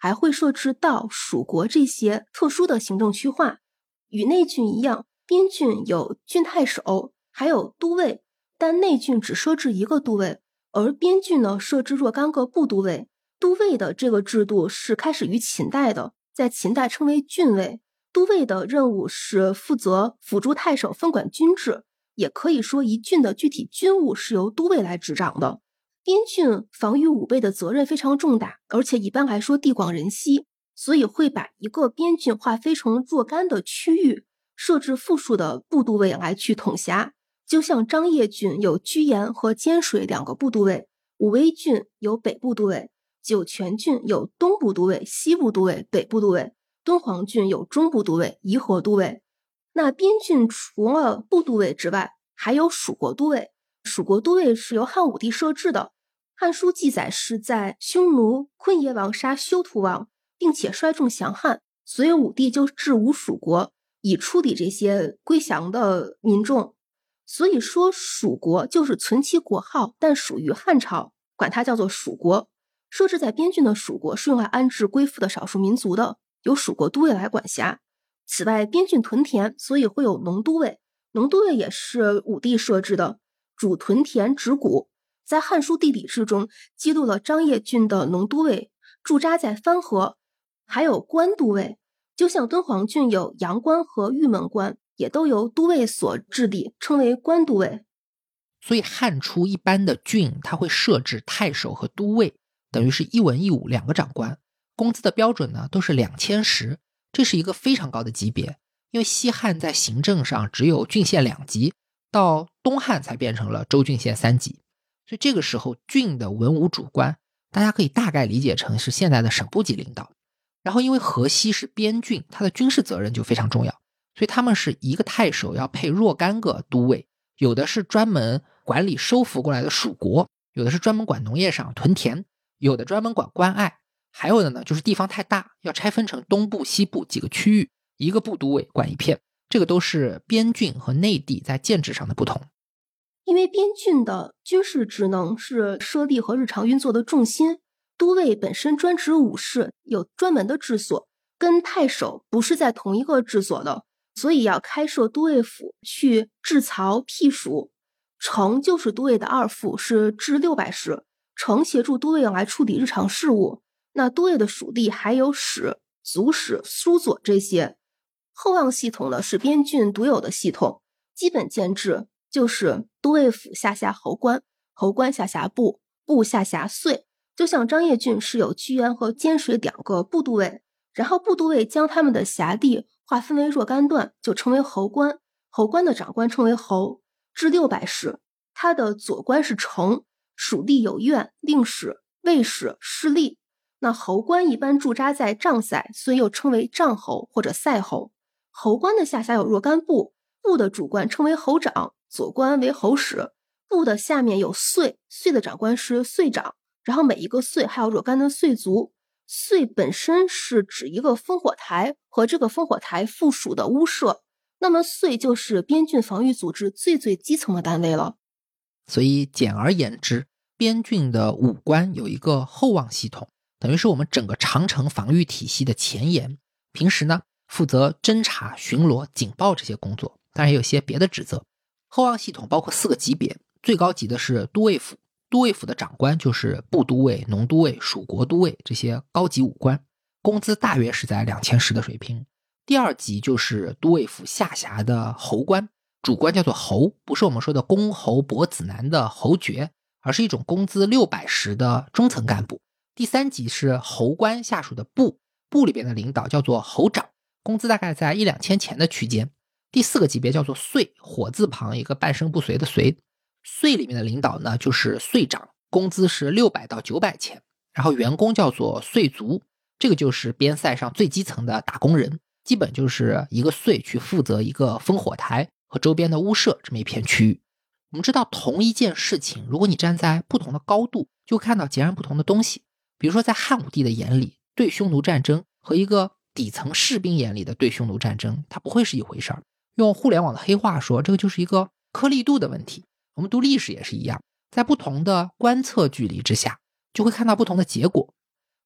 Speaker 2: 还会设置道、属国这些特殊的行政区划。与内郡一样，边郡有郡太守，还有都尉，但内郡只设置一个都尉，而边郡呢设置若干个部都尉。都尉的这个制度是开始于秦代的，在秦代称为郡尉。都尉的任务是负责辅助太守分管军制，也可以说一郡的具体军务是由都尉来执掌的。边郡防御武备的责任非常重大，而且一般来说地广人稀，所以会把一个边郡划分成若干的区域，设置复数的部都尉来去统辖。就像张掖郡有居延和坚水两个部都尉，武威郡有北部都尉，酒泉郡有东部都尉、西部都尉、北部都尉，敦煌郡有中部都尉、宜合都尉。那边郡除了部都尉之外，还有属国都尉。属国都尉是由汉武帝设置的，汉书记载是在匈奴昆耶王杀修图王，并且率众降汉，所以武帝就置吴属国，以处理这些归降的民众。所以说属国就是存其国号，但属于汉朝，管它叫做属国。设置在边郡的属国是用来安置归附的少数民族的，由属国都尉来管辖。此外，边郡屯田，所以会有农都尉。农都尉也是武帝设置的，主屯田植谷。在《汉书地理志》中记录了张掖郡的农都尉驻扎在番河。还有官都尉，就像敦煌郡有阳关和玉门关，也都由都尉所治理，称为官都尉。
Speaker 1: 所以汉初一般的郡它会设置太守和都尉，等于是一文一武两个长官，工资的标准呢都是两千石，这是一个非常高的级别。因为西汉在行政上只有郡县两级，到东汉才变成了州郡县三级，所以这个时候郡的文武主官大家可以大概理解成是现在的省部级领导。然后因为河西是边郡，它的军事责任就非常重要，所以他们是一个太守要配若干个都尉，有的是专门管理收服过来的属国，有的是专门管农业上屯田，有的专门管关隘，还有的呢就是地方太大，要拆分成东部西部几个区域，一个部都尉管一片。这个都是边郡和内地在建制上的不同。
Speaker 2: 因为边郡的军事职能是设立和日常运作的重心，都尉本身专职武士，有专门的治所，跟太守不是在同一个治所的，所以要开设都尉府去治曹辟蜀。丞就是都尉的二副，是治六百石，丞协助都尉来处理日常事务。那都尉的属地还有史、族史、书佐这些。后望系统呢是边郡独有的系统，基本建制就是都尉府下辖侯官，侯官下辖部，部下辖岁。就像张掖郡是有居延和坚水两个部都尉，然后部都尉将他们的辖地划分为若干段，就称为侯官。侯官的长官称为侯，治六百石。他的左官是丞，属地有院、令史、卫史、司隶。那侯官一般驻扎在帐塞，所以又称为帐侯或者塞侯。侯官的下辖有若干部，部的主官称为侯长，左官为侯使。部的下面有岁，岁的长官是岁长，然后每一个岁还有若干的岁族。岁本身是指一个烽火台和这个烽火台附属的屋舍，那么岁就是边郡防御组织最最基层的单位了。
Speaker 1: 所以简而言之，边郡的武官有一个后望系统，等于是我们整个长城防御体系的前沿。平时呢负责侦察、巡逻、警报这些工作，当然也有些别的职责。后望系统包括四个级别，最高级的是都尉府，都尉府的长官就是部都尉、农都尉、属国都尉这些高级武官，工资大约是在两千石的水平。第二级就是都尉府下辖的侯官，主官叫做侯，不是我们说的公侯伯子男的侯爵，而是一种工资六百石的中层干部。第三级是侯官下属的部，部里边的领导叫做侯长，工资大概在一两千钱的区间。第四个级别叫做岁，火字旁一个半生不遂的遂，岁里面的领导呢就是岁长，工资是六百到九百钱，然后员工叫做岁族，这个就是边塞上最基层的打工人，基本就是一个岁去负责一个烽火台和周边的屋舍这么一片区域。我们知道同一件事情，如果你站在不同的高度，就看到截然不同的东西。比如说在汉武帝的眼里，对匈奴战争和一个底层士兵眼里的对匈奴战争它不会是一回事儿。用互联网的黑话说，这个就是一个颗粒度的问题。我们读历史也是一样，在不同的观测距离之下就会看到不同的结果。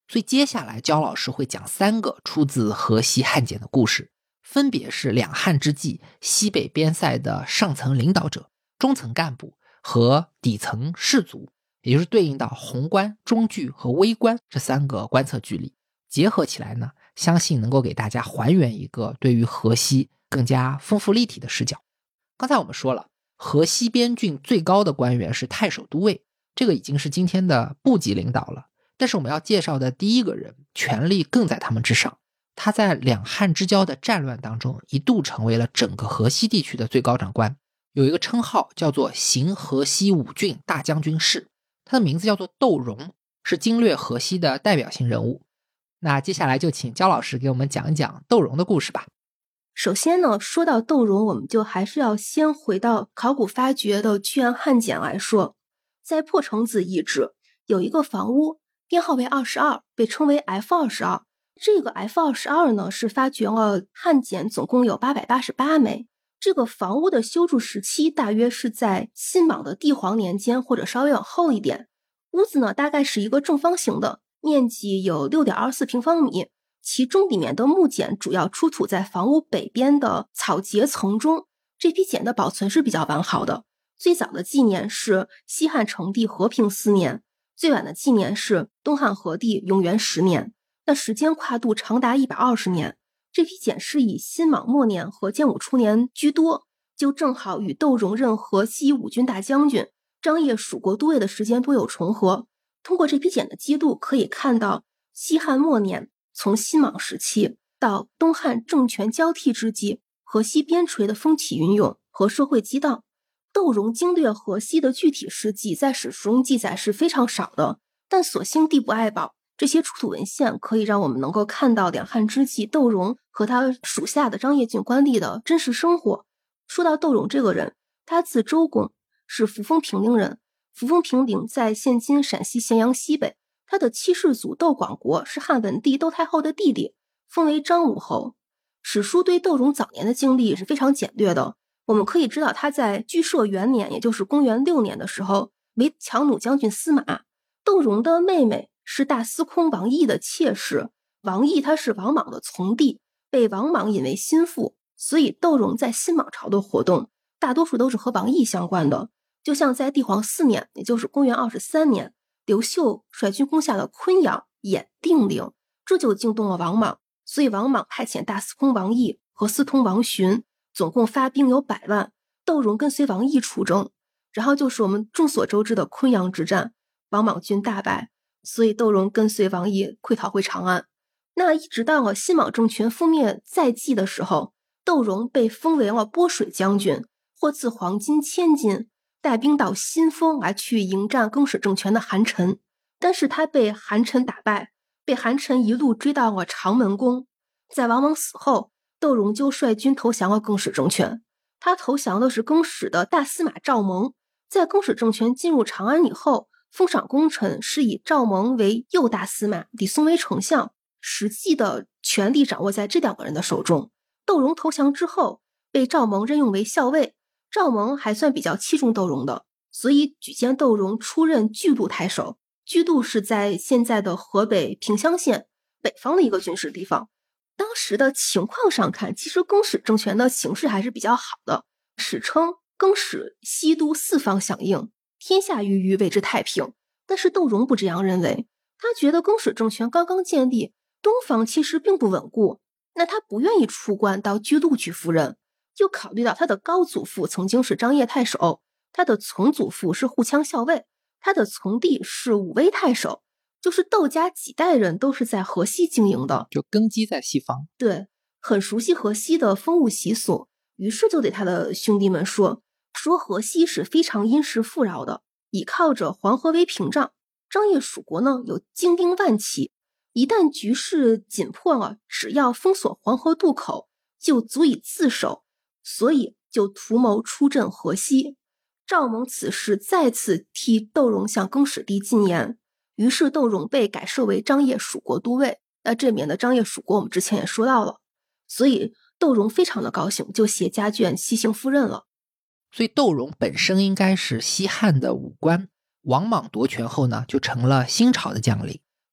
Speaker 1: 所以接下来焦老师会讲三个出自河西汉简的故事，分别是两汉之际西北边塞的上层领导者、中层干部和底层士族，也就是对应到宏观、中距和微观这三个观测距离，结合起来呢，相信能够给大家还原一个对于河西更加丰富立体的视角。刚才我们说了，河西边郡最高的官员是太守都尉，这个已经是今天的部级领导了。但是我们要介绍的第一个人，权力更在他们之上。他在两汉之交的战乱当中，一度成为了整个河西地区的最高长官，有一个称号叫做行河西五郡大将军事，他的名字叫做窦融，是经略河西的代表性人物。那接下来就请焦老师给我们讲一讲窦融的故事吧。
Speaker 2: 首先呢，说到窦融，我们就还是要先回到考古发掘的居安汉简来说。在破城子遗址有一个房屋，编号为二十二，被称为 F 二十二。这个 F 二十二 呢，是发掘了汉简总共有八百八十八枚。这个房屋的修筑时期大约是在新莽的帝皇年间，或者稍微往后一点。屋子呢，大概是一个正方形的，面积有 六点二四平方米，其中里面的木简主要出土在房屋北边的草结层中。这批简的保存是比较完好的，最早的纪年是西汉成帝和平四年，最晚的纪年是东汉和帝永元十年，那时间跨度长达一百二十年。这批简是以新莽末年和建武初年居多，就正好与窦融任河西五军大将军、张掖蜀国都尉的时间多有重合。通过这批简的记录可以看到，西汉末年从新莽时期到东汉政权交替之际，河西边陲的风起云涌和社会激荡。窦融经略河西的具体事迹在史书中记载是非常少的，但所幸地不爱宝，这些出土文献可以让我们能够看到两汉之际窦融和他属下的张掖郡官吏的真实生活。说到窦融这个人，他字周公，是扶风平陵人。扶风平陵在现今陕西咸阳西北，他的七世祖窦广国是汉文帝窦太后的弟弟，封为张武侯。史书对窦融早年的经历是非常简略的，我们可以知道他在居舍元年，也就是公元六年的时候，为强弩将军司马。窦融的妹妹是大司空王毅的妾室，王毅他是王莽的从弟，被王莽引为心腹，所以窦融在新莽朝的活动大多数都是和王毅相关的。就像在帝皇四年，也就是公元二十三年，刘秀率军攻下了昆阳、兖、定陵，这就惊动了王莽，所以王莽派遣大司空王毅和司通王询，总共发兵有百万，窦融跟随王毅出征。然后就是我们众所周知的昆阳之战，王莽军大败，所以窦融跟随王毅溃逃回长安。那一直到了新莽政权覆灭在即的时候，窦融被封为了波水将军，获赐黄金千斤，带兵到新丰来去迎战更始政权的韩臣。但是他被韩臣打败，被韩臣一路追到了长门宫。在王莽死后，窦融就率军投降了更始政权。他投降的是更始的大司马赵蒙。在更始政权进入长安以后，封赏功臣是以赵蒙为右大司马，李松为丞相，实际的权力掌握在这两个人的手中。窦融投降之后，被赵蒙任用为校尉，赵蒙还算比较器重窦融的，所以举荐窦融出任居度太守。居度是在现在的河北平乡县北方的一个军事地方。当时的情况上看，其实更始政权的形势还是比较好的，史称更始西都四方响应，天下郁郁谓之太平。但是窦融不这样认为，他觉得更始政权刚刚建立，东方其实并不稳固，那他不愿意出关到居度去赴任。又考虑到他的高祖父曾经是张掖太守，他的从祖父是护羌校尉，他的从弟是武威太守，就是窦家几代人都是在河西经营的，
Speaker 1: 就根基在西方。
Speaker 2: 对，很熟悉河西的风物习俗，于是就对他的兄弟们说说河西是非常殷实富饶的，倚靠着黄河为屏障。张掖蜀国呢有精兵万骑，一旦局势紧迫了，只要封锁黄河渡口就足以自守，所以就图谋出镇河西。赵蒙此时再次替窦融向更始帝进言，于是窦融被改设为张掖蜀国都尉。那这边的张掖蜀国我们之前也说到了，所以窦融非常的高兴，就携家眷西行赴任了。
Speaker 1: 所以窦融本身应该是西汉的武官，王莽夺权后呢，就成了新朝的将领。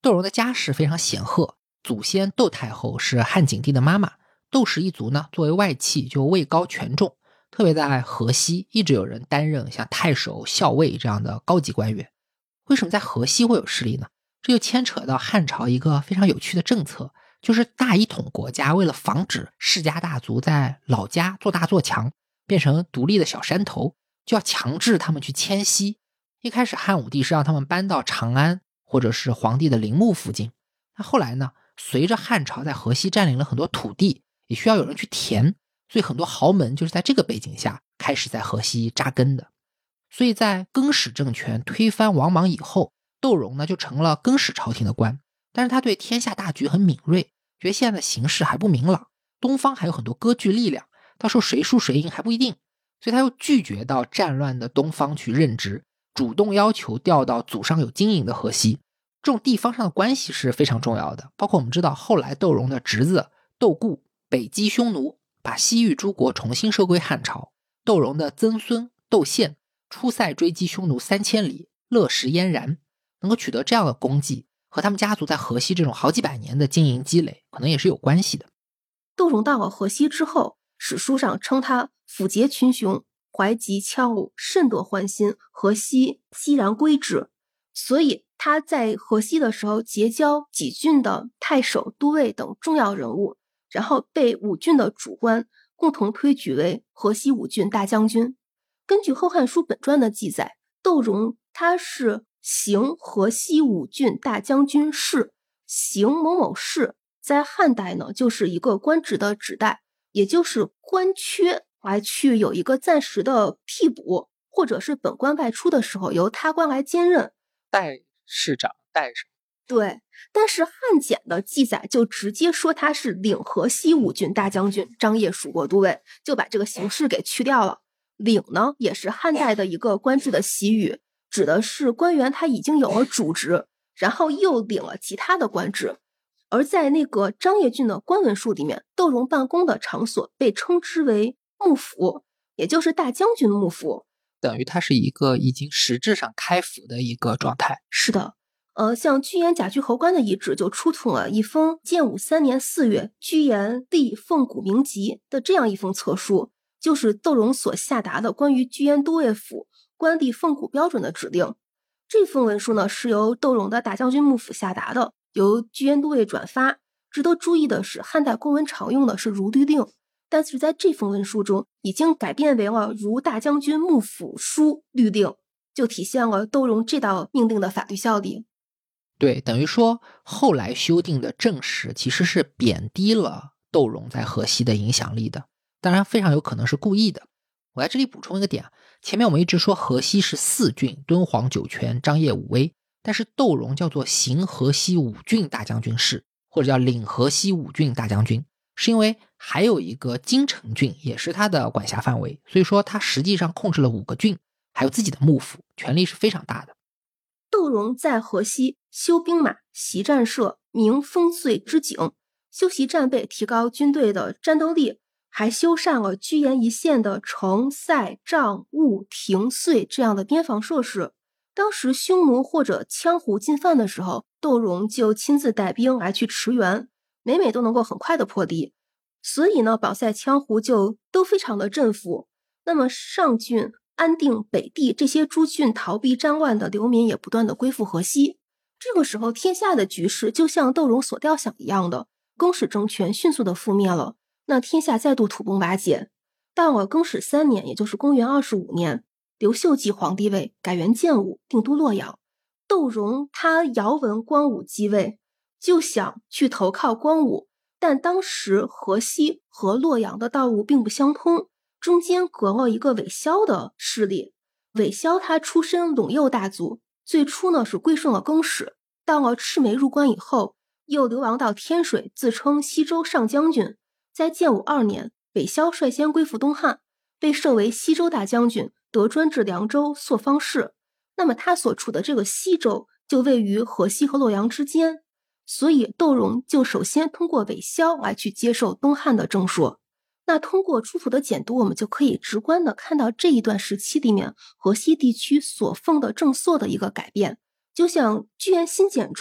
Speaker 1: 窦融的家世非常显赫，祖先窦太后是汉景帝的妈妈，窦氏一族呢作为外戚就位高权重，特别在河西一直有人担任像太守、校尉这样的高级官员。为什么在河西会有势力呢？这就牵扯到汉朝一个非常有趣的政策，就是大一统国家为了防止世家大族在老家做大做强，变成独立的小山头，就要强制他们去迁徙。一开始汉武帝是让他们搬到长安或者是皇帝的陵墓附近，那后来呢，随着汉朝在河西占领了很多土地，也需要有人去填，所以很多豪门就是在这个背景下开始在河西扎根的。所以在更始政权推翻王莽以后，窦融呢就成了更始朝廷的官，但是他对天下大局很敏锐，觉得现在的形势还不明朗，东方还有很多割据力量，到时候谁输谁赢还不一定，所以他又拒绝到战乱的东方去任职，主动要求调到祖上有经营的河西。这种地方上的关系是非常重要的，包括我们知道后来窦融的侄子窦固北击匈奴，把西域诸国重新收归汉朝，窦融的曾孙窦宪出塞追击匈奴三千里，乐食嫣然，能够取得这样的功绩，和他们家族在河西这种好几百年的经营积累可能也是有关系的。
Speaker 2: 窦融到了河西之后，史书上称他抚节群雄，怀集羌虏，甚多欢心，河西熙然归之。所以他在河西的时候结交几郡的太守、都尉等重要人物，然后被五郡的主官共同推举为河西五郡大将军。根据《后汉书本传》的记载，窦融他是行河西五郡大将军事，行某某事在汉代呢就是一个官职的指代，也就是官缺来去有一个暂时的替补，或者是本官外出的时候由他官来兼任。
Speaker 1: 代市长，代什么？
Speaker 2: 对，但是汉简的记载就直接说他是领河西五郡大将军，张掖蜀国都尉，就把这个形式给去掉了。领呢也是汉代的一个官制的习语，指的是官员他已经有了主职，然后又领了其他的官职。而在那个张掖郡的官文书里面，窦融办公的场所被称之为幕府，也就是大将军幕府，
Speaker 1: 等于它是一个已经实质上开府的一个状态。
Speaker 2: 是的，呃，像居延甲居侯官的遗址就出土了一封建武三年四月居延立凤谷名籍的这样一封册书，就是窦融所下达的关于居延都尉府官吏凤谷标准的指令。这封文书呢是由窦融的大将军幕府下达的，由居延都尉转发。值得注意的是，汉代公文常用的是如律令，但是在这封文书中已经改变为了如大将军幕府书律令，就体现了窦融这道命令的法律效力。
Speaker 1: 对，等于说后来修订的正史其实是贬低了窦融在河西的影响力的，当然非常有可能是故意的。我在这里补充一个点，前面我们一直说河西是四郡，敦煌、酒泉、张掖、武威，但是窦融叫做行河西五郡大将军事，或者叫领河西五郡大将军，是因为还有一个京城郡也是他的管辖范围，所以说他实际上控制了五个郡，还有自己的幕府，权力是非常大的。
Speaker 2: 窦融在河西修兵马、习战射、明烽燧之警，修习战备，提高军队的战斗力，还修缮了居延一线的城、塞、帐、务、亭、燧这样的边防设施。当时匈奴或者羌胡进犯的时候，窦融就亲自带兵来去驰援，每每都能够很快的破敌，所以呢，保塞羌胡就都非常的振服。那么上郡、安定、北地这些诸郡逃避战乱的流民也不断的归附河西。这个时候天下的局势就像窦融所料想一样的，更始政权迅速的覆灭了，那天下再度土崩瓦解。到了更始三年，也就是公元二十五年，刘秀继皇帝位，改元建武，定都洛阳。窦融他遥闻光武继位，就想去投靠光武，但当时河西和洛阳的道路并不相通，中间隔了一个韦骁的势力。韦骁他出身陇右大族，最初呢是归顺了更始，到了赤眉入关以后，又流亡到天水，自称西州上将军。在建武二年，韦骁率先归附东汉，被设为西州大将军，得专治凉州、朔方氏。那么他所处的这个西州就位于河西和洛阳之间，所以窦融就首先通过韦骁来去接受东汉的正说。那通过出土的简牍，我们就可以直观的看到这一段时期里面河西地区所奉的正朔的一个改变。就像居延新简中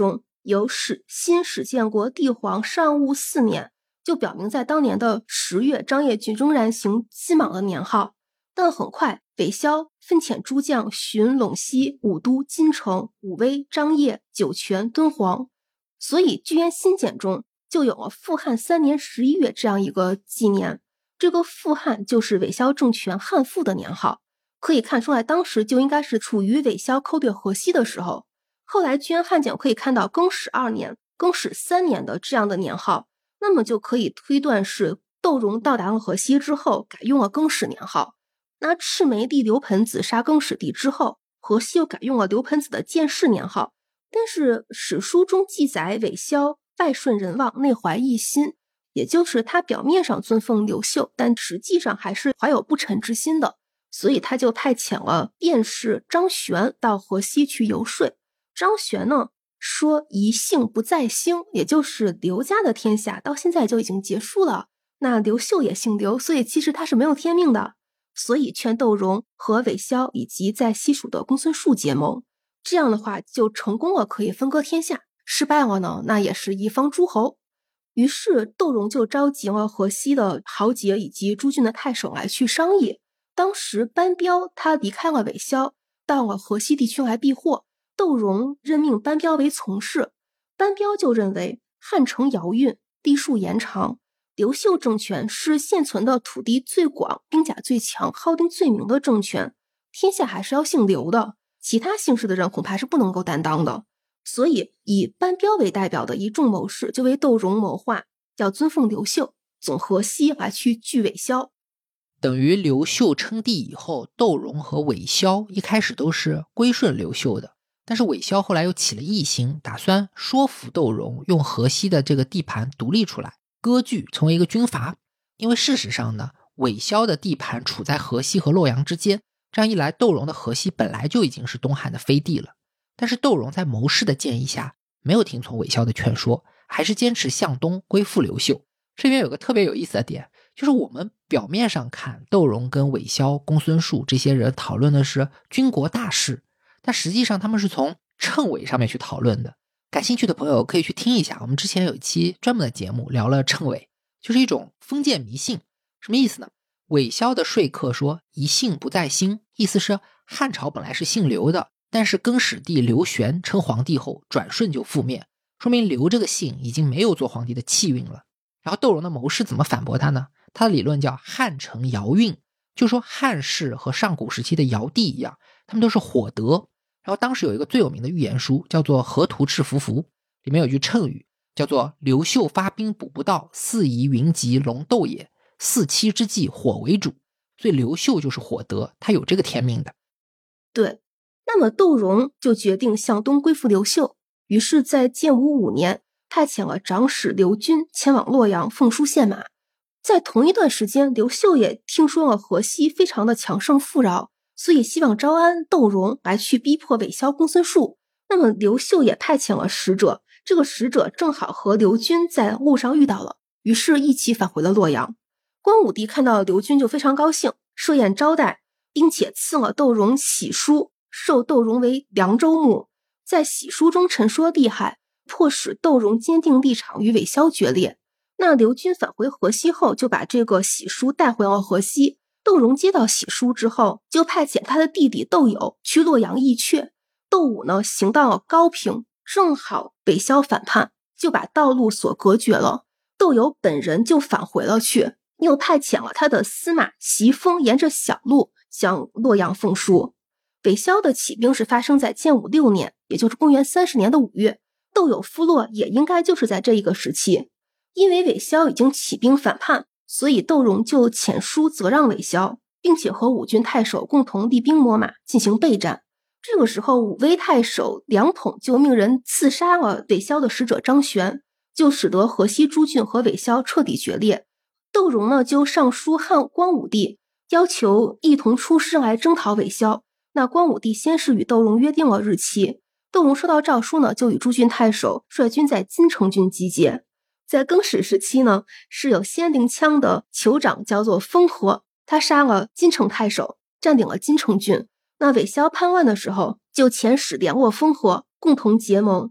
Speaker 2: 有史新史建国帝皇上戊四年，就表明在当年的十月，张掖郡仍然行鸡卯的年号。但很快，韦骁分遣诸将巡陇西、武都、金城、武威、张掖、酒泉、敦煌，所以居延新简中就有了复汉三年十一月这样一个纪年。这个复汉就是韦骁政权汉复的年号，可以看出来当时就应该是处于韦骁抠兑河西的时候。后来居延汉简可以看到更始二年、更始三年的这样的年号，那么就可以推断是窦融到达了河西之后改用了更始年号。那赤眉帝刘盆子杀更始帝之后，河西又改用了刘盆子的建世年号。但是史书中记载韦骁拜顺人望，内怀异心，也就是他表面上尊奉刘秀，但实际上还是怀有不臣之心的，所以他就派遣了辩士张玄到河西去游说。张玄呢说一姓不再兴，也就是刘家的天下到现在就已经结束了，那刘秀也姓刘，所以其实他是没有天命的，所以劝窦融和韦骁以及在西蜀的公孙述结盟，这样的话就成功了，可以分割天下。失败了呢，那也是一方诸侯。于是窦融就召集了河西的豪杰以及诸郡的太守来去商议。当时班彪他离开了韦骁，到了河西地区来避祸，窦融任命班彪为从事。班彪就认为汉城遥运，地数延长，刘秀政权是现存的土地最广、兵甲最强、号令最明的政权，天下还是要姓刘的，其他姓氏的人恐怕是不能够担当的。所以以班彪为代表的一众谋士就为窦融谋划，要尊奉刘秀，总河西来去拒韦骁。
Speaker 1: 等于刘秀称帝以后，窦融和韦骁一开始都是归顺刘秀的，但是韦骁后来又起了异心，打算说服窦融用河西的这个地盘独立出来，割据成为一个军阀。因为事实上呢，韦骁的地盘处在河西和洛阳之间，这样一来窦融的河西本来就已经是东汉的飞地了。但是窦融在谋士的建议下没有听从韦骁的劝说，还是坚持向东归附刘秀。这边有个特别有意思的点，就是我们表面上看窦融跟韦骁、公孙述这些人讨论的是军国大事，但实际上他们是从谶纬上面去讨论的。感兴趣的朋友可以去听一下，我们之前有一期专门的节目聊了谶纬，就是一种封建迷信。什么意思呢？韦骁的说客说一姓不再兴，意思是汉朝本来是姓刘的，但是更始帝刘玄称皇帝后转瞬就覆灭，说明刘这个姓已经没有做皇帝的气运了。然后窦融的谋士怎么反驳他呢？他的理论叫汉承尧运，就说汉室和上古时期的尧帝一样，他们都是火德。然后当时有一个最有名的预言书叫做河图赤伏符，里面有句谶语叫做刘秀发兵补不到，四夷云集龙斗也，四七之际火为主，所以刘秀就是火德，他有这个天命的。
Speaker 2: 对，那么窦融就决定向东归附刘秀，于是在建武五年派遣了长史刘军前往洛阳奉书献马。在同一段时间，刘秀也听说了河西非常的强盛富饶，所以希望招安窦融来去逼迫韦骁、公孙述。那么刘秀也派遣了使者，这个使者正好和刘军在路上遇到了，于是一起返回了洛阳。光武帝看到刘军就非常高兴，设宴招待，并且赐了窦融玺书，授窦融为凉州牧。在玺书中陈说利害，迫使窦融坚定立场，与韦骁决裂。那刘军返回河西后，就把这个玺书带回了河西。窦融接到玺书之后，就派遣他的弟弟窦友去洛阳议阙。窦武呢，行到了高平，正好韦骁反叛，就把道路所隔绝了。窦友本人就返回了去，又派遣了他的司马袭封，沿着小路向洛阳奉书。韦骁的起兵是发生在建武六年，也就是公元三十年的五月。窦友夫落也应该就是在这一个时期。因为韦骁已经起兵反叛，所以窦融就遣书责让韦骁，并且和五郡太守共同立兵秣马进行备战。这个时候，武威太守梁统就命人刺杀了韦骁的使者张玄，就使得河西诸郡和韦骁彻底决裂。窦融呢就上书汉光武帝，要求一同出师来征讨韦骁。那光武帝先是与窦融约定了日期，窦融收到诏书呢，就与诸郡太守率军在金城郡集结。在更始时期呢，是有仙灵枪的酋长叫做封和，他杀了金城太守，占领了金城郡。那韦骁叛乱的时候，就遣使联络封和，共同结盟。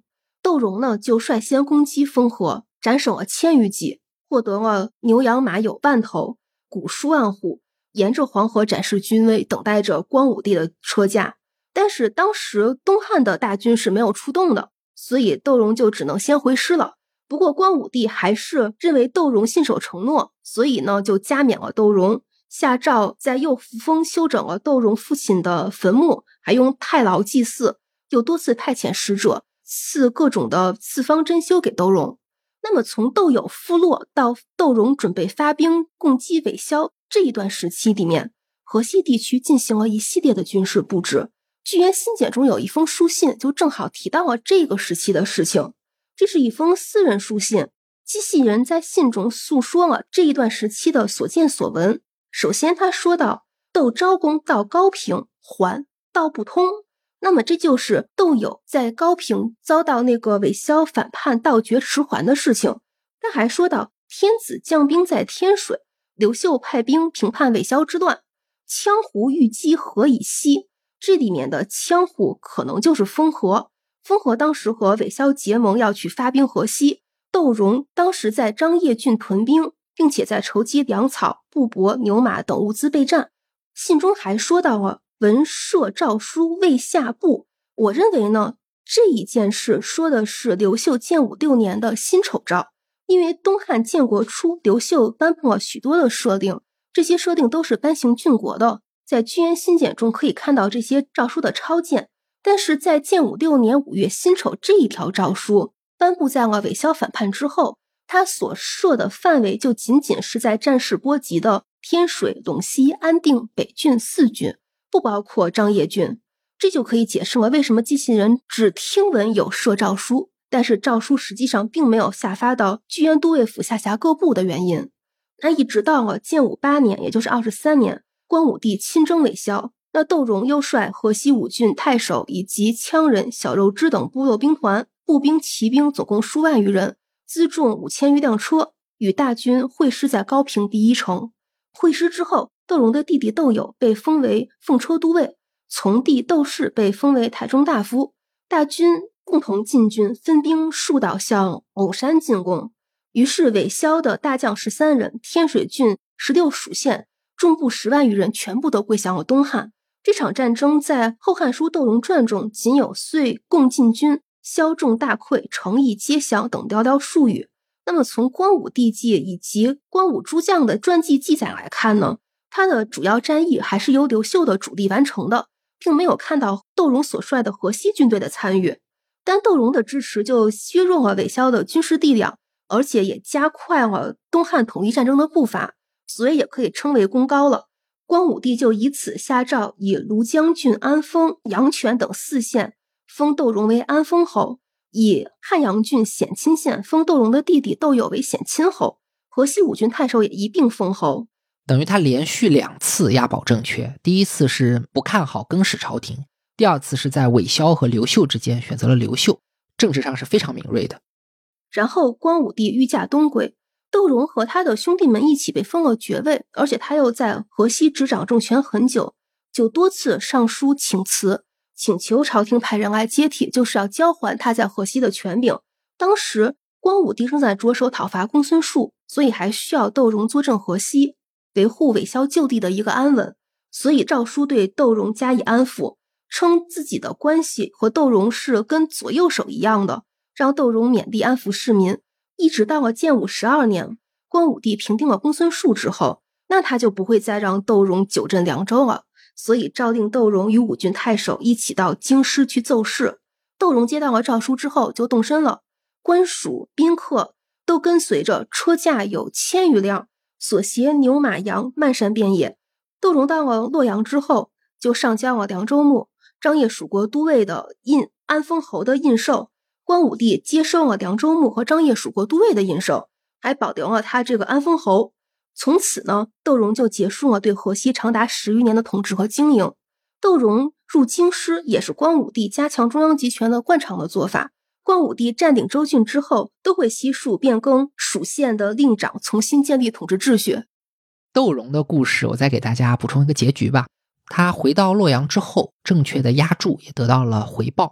Speaker 2: 窦融呢就率先攻击汾河，斩首了千余骑，获得了牛羊马有半头，谷数万户，沿着黄河展示军威，等待着光武帝的车驾。但是当时东汉的大军是没有出动的，所以窦融就只能先回师了。不过光武帝还是认为窦融信守承诺，所以呢就加冕了窦融，下诏在右扶风修整了窦融父亲的坟墓，还用太牢祭祀，又多次派遣使者赐各种的四方珍馐给窦融。那么从窦酉覆落到窦融准备发兵攻击韦骁这一段时期里面，河西地区进行了一系列的军事布置。巨源新简中有一封书信就正好提到了这个时期的事情，这是一封私人书信，姬系人在信中诉说了这一段时期的所见所闻。首先他说到窦昭公到高平还道不通，那么这就是窦酉在高平遭到那个韦骁反叛道绝迟缓的事情。他还说到天子将兵在天水，刘秀派兵平叛韦骁之乱，羌胡欲击河以西，这里面的羌胡可能就是封河。封河当时和韦骁结盟，要去发兵河西。窦融当时在张掖郡屯兵，并且在筹集粮草、布帛、牛马等物资备战。信中还说到了文赦诏书未下布。我认为呢，这一件事说的是刘秀建武六年的辛丑诏，因为东汉建国初，刘秀颁布了许多的赦令，这些赦令都是颁行郡国的。在巨源新简中可以看到这些诏书的抄件，但是在建武六年五月辛丑这一条诏书颁布在了韦骁反叛之后，他所设的范围就仅仅是在战事波及的天水、陇西、安定、北郡四郡，不包括张掖郡。这就可以解释了为什么姬系人只听闻有赦诏书，但是诏书实际上并没有下发到巨源都尉府下辖各部的原因。那一直到了建武八年，也就是二十三年，光武帝亲征韦骁，那窦融又率河西五郡太守以及羌人、小肉支等部落兵团，步兵、骑兵总共数万余人，辎重五千余辆车，与大军会师在高平第一城。会师之后，窦融的弟弟窦酉被封为奉车都尉，从弟窦氏被封为台中大夫。大军共同进军，分兵数道向藕山进攻。于是韦骁的大将十三人，天水郡十六属县，众部十万余人全部都归降了东汉。这场战争在《后汉书·窦融传》中仅有遂共进军、骁众大溃、城邑皆降等寥寥数语。那么从光武帝纪以及光武诸将的传记记载来看呢，他的主要战役还是由刘秀的主力完成的，并没有看到窦融所率的河西军队的参与。但窦融的支持就削弱了韦骁的军事力量，而且也加快了东汉统一战争的步伐，所以也可以称为功高了。光武帝就以此下诏，以庐江郡安丰、阳泉等四县封窦融为安丰侯，以汉阳郡显亲县封窦融的弟弟窦酉为显亲侯，河西五郡太守也一并封侯。
Speaker 1: 等于他连续两次押宝政权，第一次是不看好更始朝廷，第二次是在韦骁和刘秀之间选择了刘秀，政治上是非常敏锐的。
Speaker 2: 然后光武帝御驾东归，窦融和他的兄弟们一起被封了爵位，而且他又在河西执掌政权很久，就多次上书请辞，请求朝廷派人来接替，就是要交还他在河西的权柄。当时光武帝正在着手讨伐公孙述，所以还需要窦融坐镇河西，维护韦骁就地的一个安稳，所以诏书对窦融加以安抚，称自己的关系和窦融是跟左右手一样的，让窦融勉励安抚市民。一直到了建武十二年，光武帝平定了公孙述之后，那他就不会再让窦融久镇凉州了，所以诏令窦融与五郡太守一起到京师去奏事。窦融接到了诏书之后就动身了，官属宾客都跟随着，车驾有千余辆，所携牛马羊漫山遍野。窦融到了洛阳之后，就上交了凉州牧、张掖蜀国都尉的印安丰侯的印绶。光武帝接收了凉州牧和张掖蜀国都尉的印绶，还保留了他这个安丰侯。从此呢，窦融就结束了对河西长达十余年的统治和经营。窦融入京师也是光武帝加强中央集权的惯常的做法。光武帝占领州郡之后，都会悉数变更属县的令长，重新建立统治秩序。
Speaker 1: 窦融的故事我再给大家补充一个结局吧。他回到洛阳之后，正确的押注也得到了回报。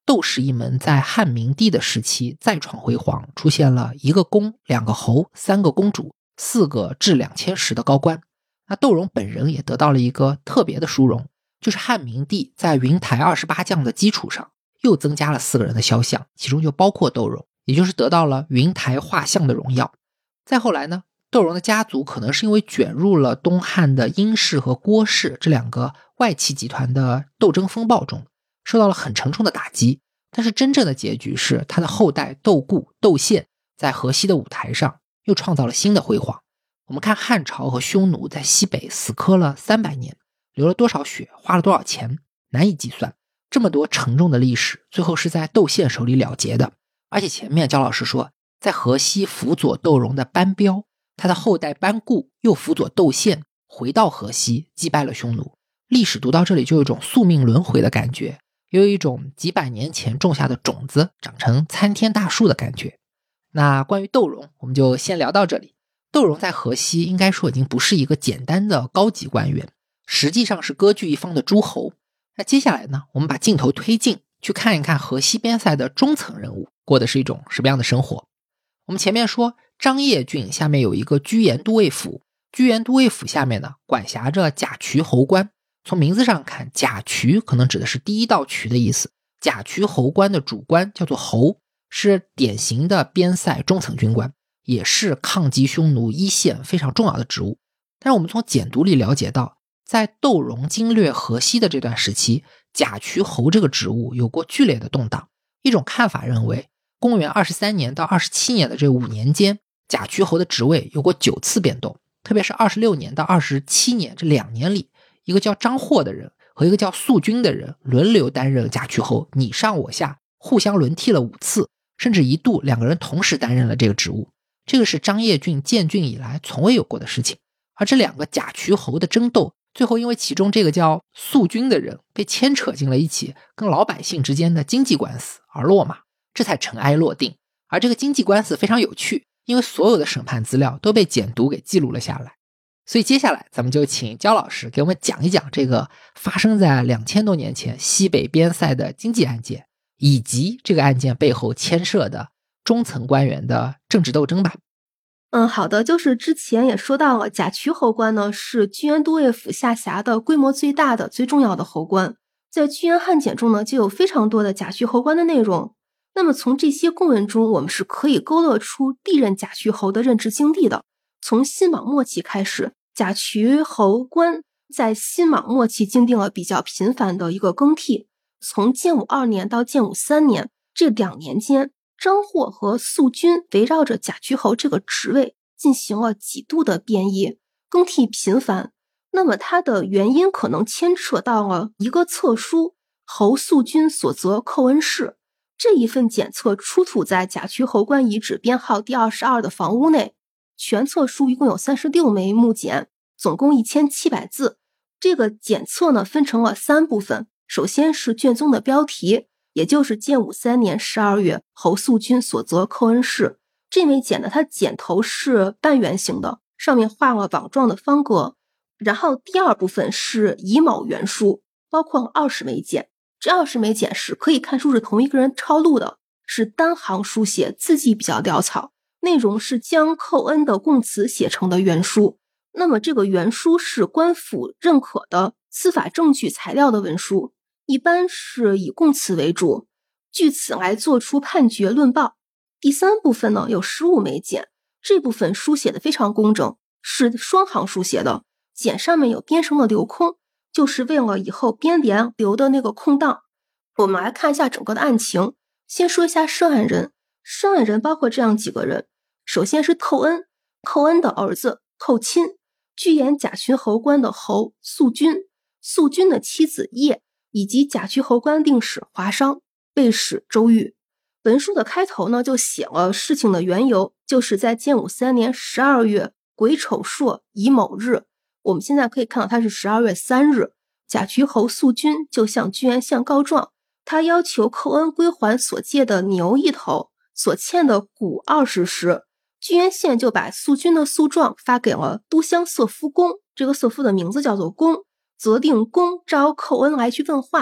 Speaker 1: 窦氏一门在汉明帝的时期再创辉煌，出现了一个公、两个侯、三个公主、四个至两千石的高官。那窦融本人也得到了一个特别的殊荣，就是汉明帝在云台二十八将的基础上又增加了四个人的肖像，其中就包括窦融，也就是得到了云台画像的荣耀。再后来呢，窦融的家族可能是因为卷入了东汉的殷氏和郭氏这两个外戚集团的斗争风暴中，受到了很沉重的打击。但是真正的结局是他的后代窦固、窦宪在河西的舞台上又创造了新的辉煌。我们看汉朝和匈奴在西北死磕了三百年，流了多少血，花了多少钱，难以计算。这么多沉重的历史最后是在窦宪手里了结的。而且前面焦老师说，在河西辅佐窦融的班彪，他的后代班固又辅佐窦宪回到河西击败了匈奴。历史读到这里就有一种宿命轮回的感觉，也有一种几百年前种下的种子长成参天大树的感觉。那关于窦融我们就先聊到这里。窦融在河西应该说已经不是一个简单的高级官员，实际上是割据一方的诸侯。那接下来呢，我们把镜头推进去看一看河西边塞的中层人物过的是一种什么样的生活。我们前面说张掖郡下面有一个居延都尉府，居延都尉府下面呢管辖着甲渠侯官。从名字上看，甲渠可能指的是第一道渠的意思，甲渠侯官的主官叫做侯，是典型的边塞中层军官，也是抗击匈奴一线非常重要的职务。但是我们从简读里了解到，在窦融经略河西的这段时期，甲渠侯这个职务有过剧烈的动荡。一种看法认为，公元二十三年到二十七年的这五年间，甲渠侯的职位有过九次变动，特别是二十六年到二十七年这两年里，一个叫张获的人和一个叫肃君的人轮流担任甲渠侯，你上我下，互相轮替了五次，甚至一度两个人同时担任了这个职务。这个是张掖郡建郡以来从未有过的事情。而这两个甲渠侯的争斗，最后因为其中这个叫肃君的人被牵扯进了一起跟老百姓之间的经济官司而落马，这才尘埃落定。而这个经济官司非常有趣，因为所有的审判资料都被简读给记录了下来。所以接下来咱们就请焦老师给我们讲一讲这个发生在两千多年前西北边塞的经济案件，以及这个案件背后牵涉的中层官员的政治斗争吧。
Speaker 2: 嗯，好的，就是之前也说到了，甲渠侯官呢是居延都尉府下辖的规模最大的、最重要的侯官。在居延汉简中呢，就有非常多的甲渠侯官的内容。那么从这些公文中，我们是可以勾勒出历任甲渠侯的任职经历的。从新莽末期开始，甲渠侯官在新莽末期经历了比较频繁的一个更替。从建武二年到建武三年这两年间，张获和肃君围绕着甲渠侯这个职位进行了几度的变异，更替频繁。那么它的原因可能牵扯到了一个册书侯肃君所择寇恩事，这一份检测出土在甲渠侯官遗址编号第二十二的房屋内。全册书一共有三十六枚木简，总共一千七百字。这个检测呢分成了三部分，首先是卷宗的标题，也就是建武三年十二月侯肃君所择寇恩事。这枚简呢，它简头是半圆形的，上面画了网状的方格。然后第二部分是乙卯元书，包括二十枚简，这二十枚简是可以看出是同一个人抄录的，是单行书写，字迹比较潦草，内容是将寇恩的供词写成的原书。那么这个原书是官府认可的司法证据材料的文书，一般是以供词为主，据此来做出判决论报。第三部分呢有十五枚简，这部分书写的非常工整，是双行书写的，简上面有编绳的留空，就是为了以后编联留的那个空档。我们来看一下整个的案情，先说一下涉案人。涉案人包括这样几个人，首先是寇恩，寇恩的儿子寇钦，居延甲渠侯官的侯肃君，肃君的妻子叶，以及甲渠侯官令史华商，备使周瑜。文书的开头呢就写了事情的缘由，就是在建武三年十二月癸丑朔乙卯日，我们现在可以看到它是十二月三日，甲渠侯肃君就向居延县告状，他要求寇恩归还所借的牛一头，所欠的谷二十石。居延县就把肃君的诉状发给了都乡瑟夫公，这个瑟夫的名字叫做公，责定公召寇恩来去问话。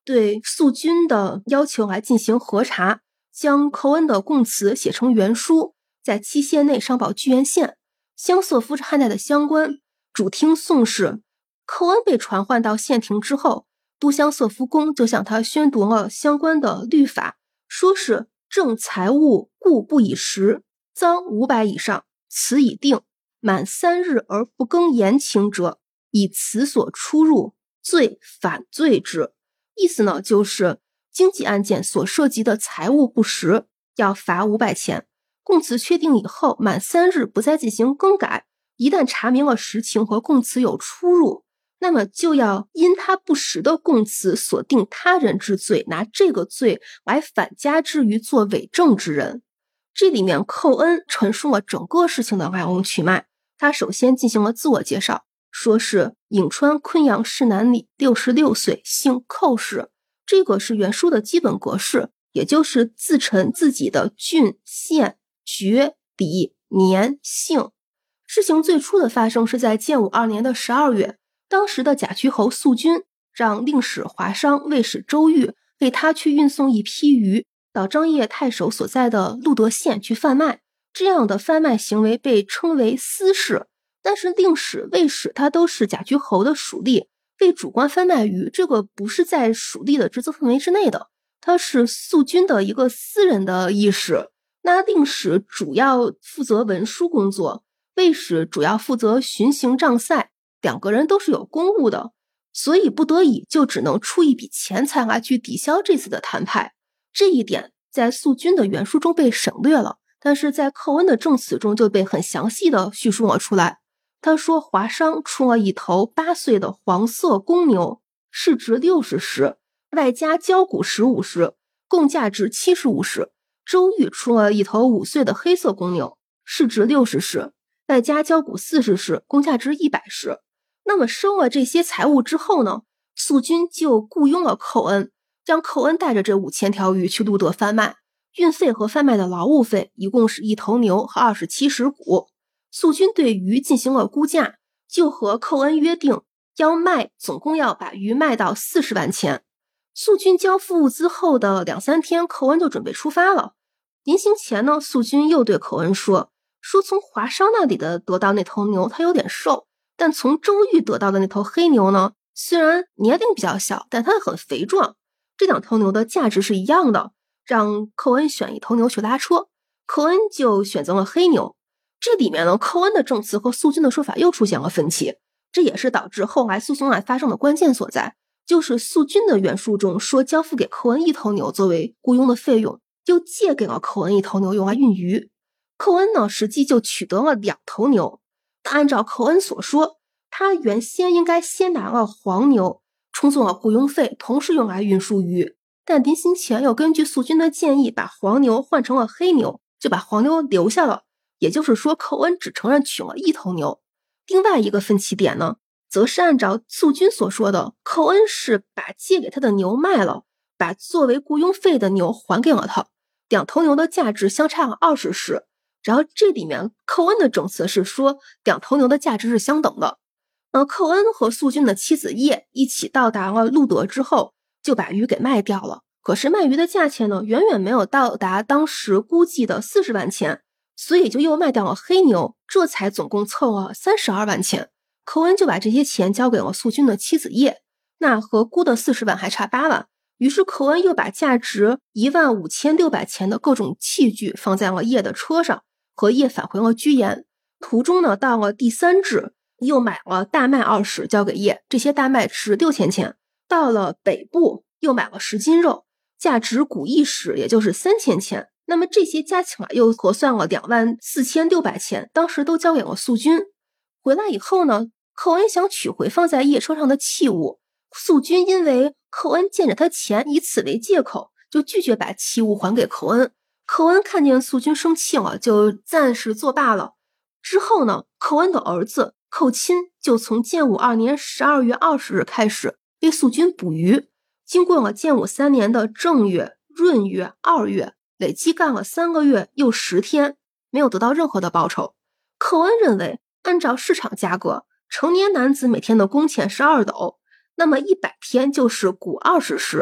Speaker 2: 对素君的要求来进行核查，将寇恩的供词写成原书，在期限内上报居延县。香瑟夫是汉代的乡官，主听讼事。寇恩被传唤到县庭之后，都乡瑟夫公就向他宣读了相关的律法，说是正财物故不以时，赃五百以上，此已定，满三日而不更言情者，以此所出入，罪反罪之。意思呢，就是经济案件所涉及的财物不实，要罚五百钱。供词确定以后，满三日不再进行更改，一旦查明了实情和供词有出入，那么就要因他不实的供词所定他人之罪，拿这个罪来反加之于作伪证之人。这里面寇恩陈述了整个事情的来龙去脉。他首先进行了自我介绍，说是颍川昆阳市南里，六十六岁，姓寇氏。这个是原书的基本格式，也就是自陈自己的郡、县、爵、里、年、姓。事情最初的发生是在建武二年的十二月，当时的甲渠侯素君让令史华商、卫使周玉为他去运送一批鱼到张掖太守所在的路德县去贩卖。这样的贩卖行为被称为私事，但是令史、卫使他都是甲渠侯的属吏，为主官贩卖鱼，这个不是在属吏的职责范围之内的，它是素君的一个私人的意识。那令史主要负责文书工作，卫使主要负责巡行帐赛，两个人都是有公务的，所以不得已就只能出一笔钱财来去抵消这次的摊派。这一点在素君的原书中被省略了，但是在寇恩的证词中就被很详细的叙述了出来。他说华商出了一头八岁的黄色公牛，市值六十石，外加交骨十五石，共价值七十五石。周玉出了一头五岁的黑色公牛，市值六十石，外加交骨四十石，共价值一百石。那么收了这些财物之后呢，素君就雇佣了寇恩，让寇恩带着这五千条鱼去路德贩卖，运费和贩卖的劳务费一共是一头牛和二十七石谷。素君对鱼进行了估价，就和寇恩约定要卖，总共要把鱼卖到四十万钱。素君交付物资后的两三天，寇恩就准备出发了。临行前呢，素君又对寇恩说说从华商那里的得到那头牛它有点瘦，但从周玉得到的那头黑牛呢，虽然年龄比较小，但它很肥壮，这两头牛的价值是一样的，让寇恩选一头牛去拉车。寇恩就选择了黑牛。这里面呢，寇恩的证词和素君的说法又出现了分歧，这也是导致后来诉讼案发生的关键所在。就是素君的原述中说交付给寇恩一头牛作为雇佣的费用，又借给了寇恩一头牛用来运鱼。寇恩呢，实际就取得了两头牛。按照寇恩所说，他原先应该先拿了黄牛充作了雇佣费，同时用来运输鱼，但临行前又根据素君的建议把黄牛换成了黑牛，就把黄牛留下了。也就是说，寇恩只承认取了一头牛。另外一个分歧点呢，则是按照素君所说的，寇恩是把借给他的牛卖了，把作为雇佣费的牛还给了他，两头牛的价值相差了二十石。然后这里面寇恩的证词是说两头牛的价值是相等的。呃，寇恩和素君的妻子叶一起到达了路德之后，就把鱼给卖掉了。可是卖鱼的价钱呢，远远没有到达当时估计的四十万钱，所以就又卖掉了黑牛，这才总共凑了三十二万钱。寇恩就把这些钱交给了素君的妻子叶，那和估的四十万还差八万。于是寇恩又把价值一万五千六百钱的各种器具放在了叶的车上，和叶返回了居延。途中呢，到了第三至，又买了大麦二十交给叶，这些大麦值六千钱。到了北部，又买了十斤肉，价值谷一石，也就是三千钱。那么这些加起来又核算了两万四千六百钱，当时都交给了素君。回来以后呢，寇恩想取回放在叶车上的器物，素君因为寇恩见着他钱，以此为借口，就拒绝把器物还给寇恩。寇恩看见素君生气了，就暂时作罢了。之后呢，寇恩的儿子寇钦就从建武二年十二月二十日开始为素君捕鱼，经过了建武三年的正月、闰月、二月，累计干了三个月又十天，没有得到任何的报酬。寇恩认为，按照市场价格，成年男子每天的工钱是二斗，那么一百天就是谷二十石，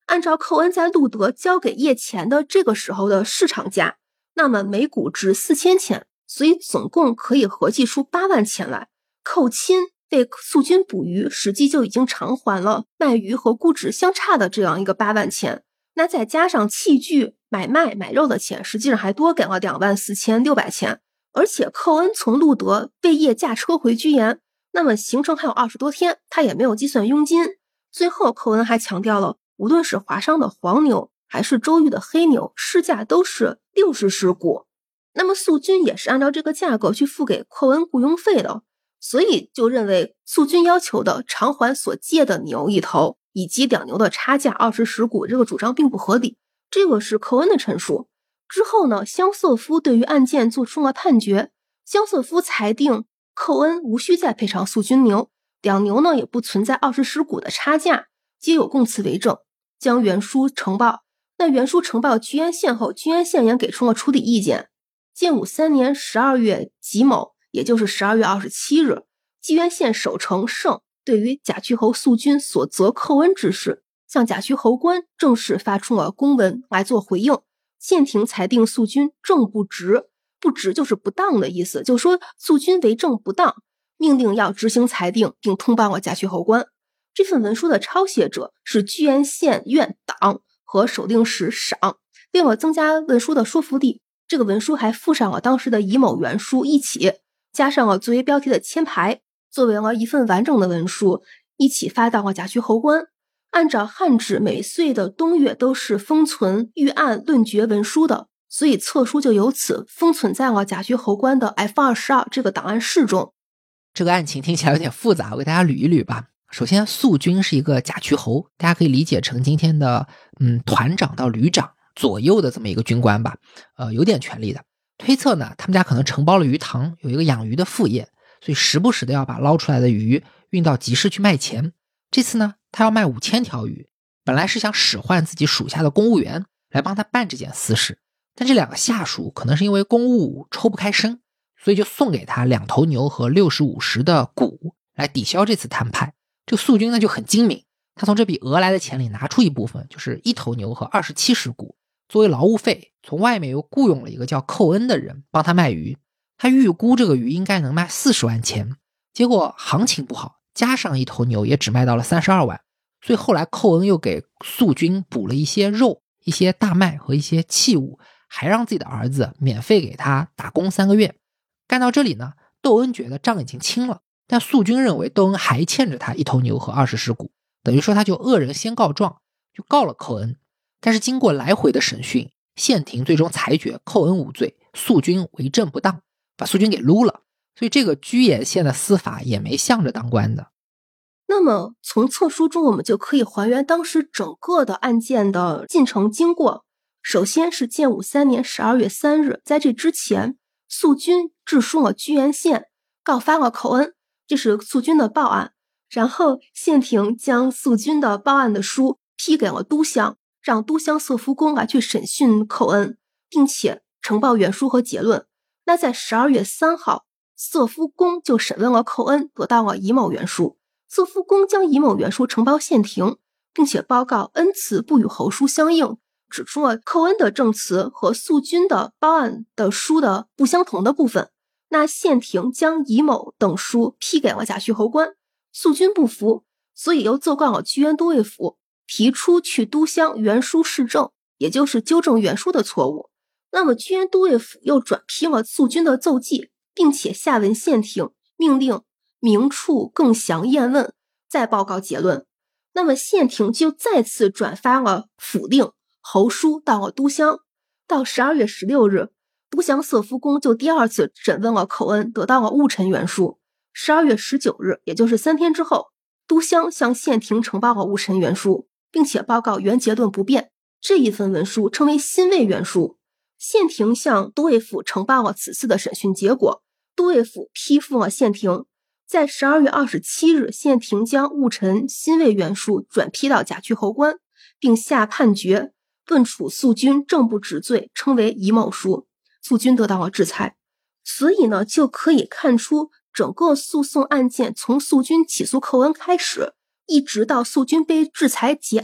Speaker 2: 按照寇恩在路德交给叶钱的这个时候的市场价，那么每股值四千钱，所以总共可以合计出八万钱来。寇钦为素君捕鱼，实际就已经偿还了卖鱼和估值相差的这样一个八万钱。那再加上器具、买卖、买肉的钱，实际上还多给了两万四千六百钱。而且寇恩从路德为叶驾车回居延，那么行程还有二十多天，他也没有计算佣金。最后寇恩还强调了，无论是华商的黄牛还是周瑜的黑牛，市价都是六十石谷。那么素君也是按照这个价格去付给寇恩雇佣费的，所以就认为素君要求的偿还所借的牛一头以及两牛的差价二十石谷，这个主张并不合理。这个是寇恩的陈述。之后呢，萧瑟夫对于案件做出了判决，萧瑟夫裁定寇恩无需再赔偿素君牛，两牛呢也不存在二十石谷的差价，皆有供词为证，将原书呈报。那原书呈报居安县后，居安县也给出了处理意见。建武三年十二月己卯，也就是十二月二十七日，居安县守城胜对于甲渠侯素君所责寇恩之事，向甲渠侯官正式发出了公文来做回应。县庭裁定素君正不直，不直就是不当的意思，就说素君为政不当，命令要执行裁定，并通报了甲渠侯官。这份文书的抄写者是居安县院党和守定使赏。为了增加文书的说服力，这个文书还附上了当时的乙卯原书一起，加上了作为标题的签牌，作为了一份完整的文书，一起发到了甲渠侯官。按照汉制，每岁的冬月都是封存预案论决文书的，所以册书就由此封存在了甲渠侯官的 F 二十二 这个档案室中。
Speaker 1: 这个案情听起来有点复杂，我给大家捋一捋吧。首先，素君是一个甲渠侯，大家可以理解成今天的嗯团长到旅长左右的这么一个军官吧，呃，有点权力的。推测呢，他们家可能承包了鱼塘，有一个养鱼的副业，所以时不时的要把捞出来的鱼运到集市去卖钱。这次呢，他要卖五千条鱼，本来是想使唤自己属下的公务员来帮他办这件私事，但这两个下属可能是因为公务抽不开身，所以就送给他两头牛和六十五石的谷来抵消这次摊派。这个素君呢就很精明，他从这笔讹来的钱里拿出一部分，就是一头牛和二十七石谷，作为劳务费，从外面又雇佣了一个叫寇恩的人帮他卖鱼。他预估这个鱼应该能卖四十万钱，结果行情不好，加上一头牛也只卖到了三十二万。所以后来寇恩又给素君补了一些肉、一些大麦和一些器物，还让自己的儿子免费给他打工三个月。干到这里呢，窦恩觉得账已经清了，但素君认为窦恩还欠着他一头牛和二十石谷，等于说他就恶人先告状，就告了寇恩。但是经过来回的审讯，县庭最终裁决寇恩无罪，素君为政不当，把素君给撸了。所以这个居延县的司法也没向着当官的。
Speaker 2: 那么从册书中我们就可以还原当时整个的案件的进程经过。首先是建武三年十二月三日，在这之前，素君致书了居延县，告发了寇恩，这是素君的报案。然后县庭将素君的报案的书批给了都乡，让都乡瑟夫公来去审讯寇恩，并且呈报原书和结论。那在十二月三号，瑟夫公就审问了寇恩，得到了乙卯原书。瑟夫公将乙卯原书呈报县庭，并且报告恩词不与侯书相应，指出了寇恩的证词和素君的报案的书的不相同的部分。那县庭将乙卯等书批给了甲渠侯官，素君不服，所以又奏告了居延都尉府，提出去都乡原书示正，也就是纠正原书的错误。那么居延都尉府又转批了素君的奏记，并且下文县庭，命令明处更详验问，再报告结论。那么县庭就再次转发了府令侯书到了都乡。到十二月十六日，都乡瑟夫公就第二次审问了寇恩，得到了误陈原书。十二月十九日，也就是三天之后，都乡向县庭呈报了误陈原书，并且报告原结论不变。这一份文书称为新位原书。县庭向都尉府呈报了此次的审讯结果，都尉府批复了县庭。在十二月二十七日，县庭将误陈新位原书转批到甲渠侯官，并下判决，论处素君正不直罪，称为乙卯书。素君得到了制裁。所以呢，就可以看出整个诉讼案件从素君起诉寇恩开始，一直到素君被制裁结案，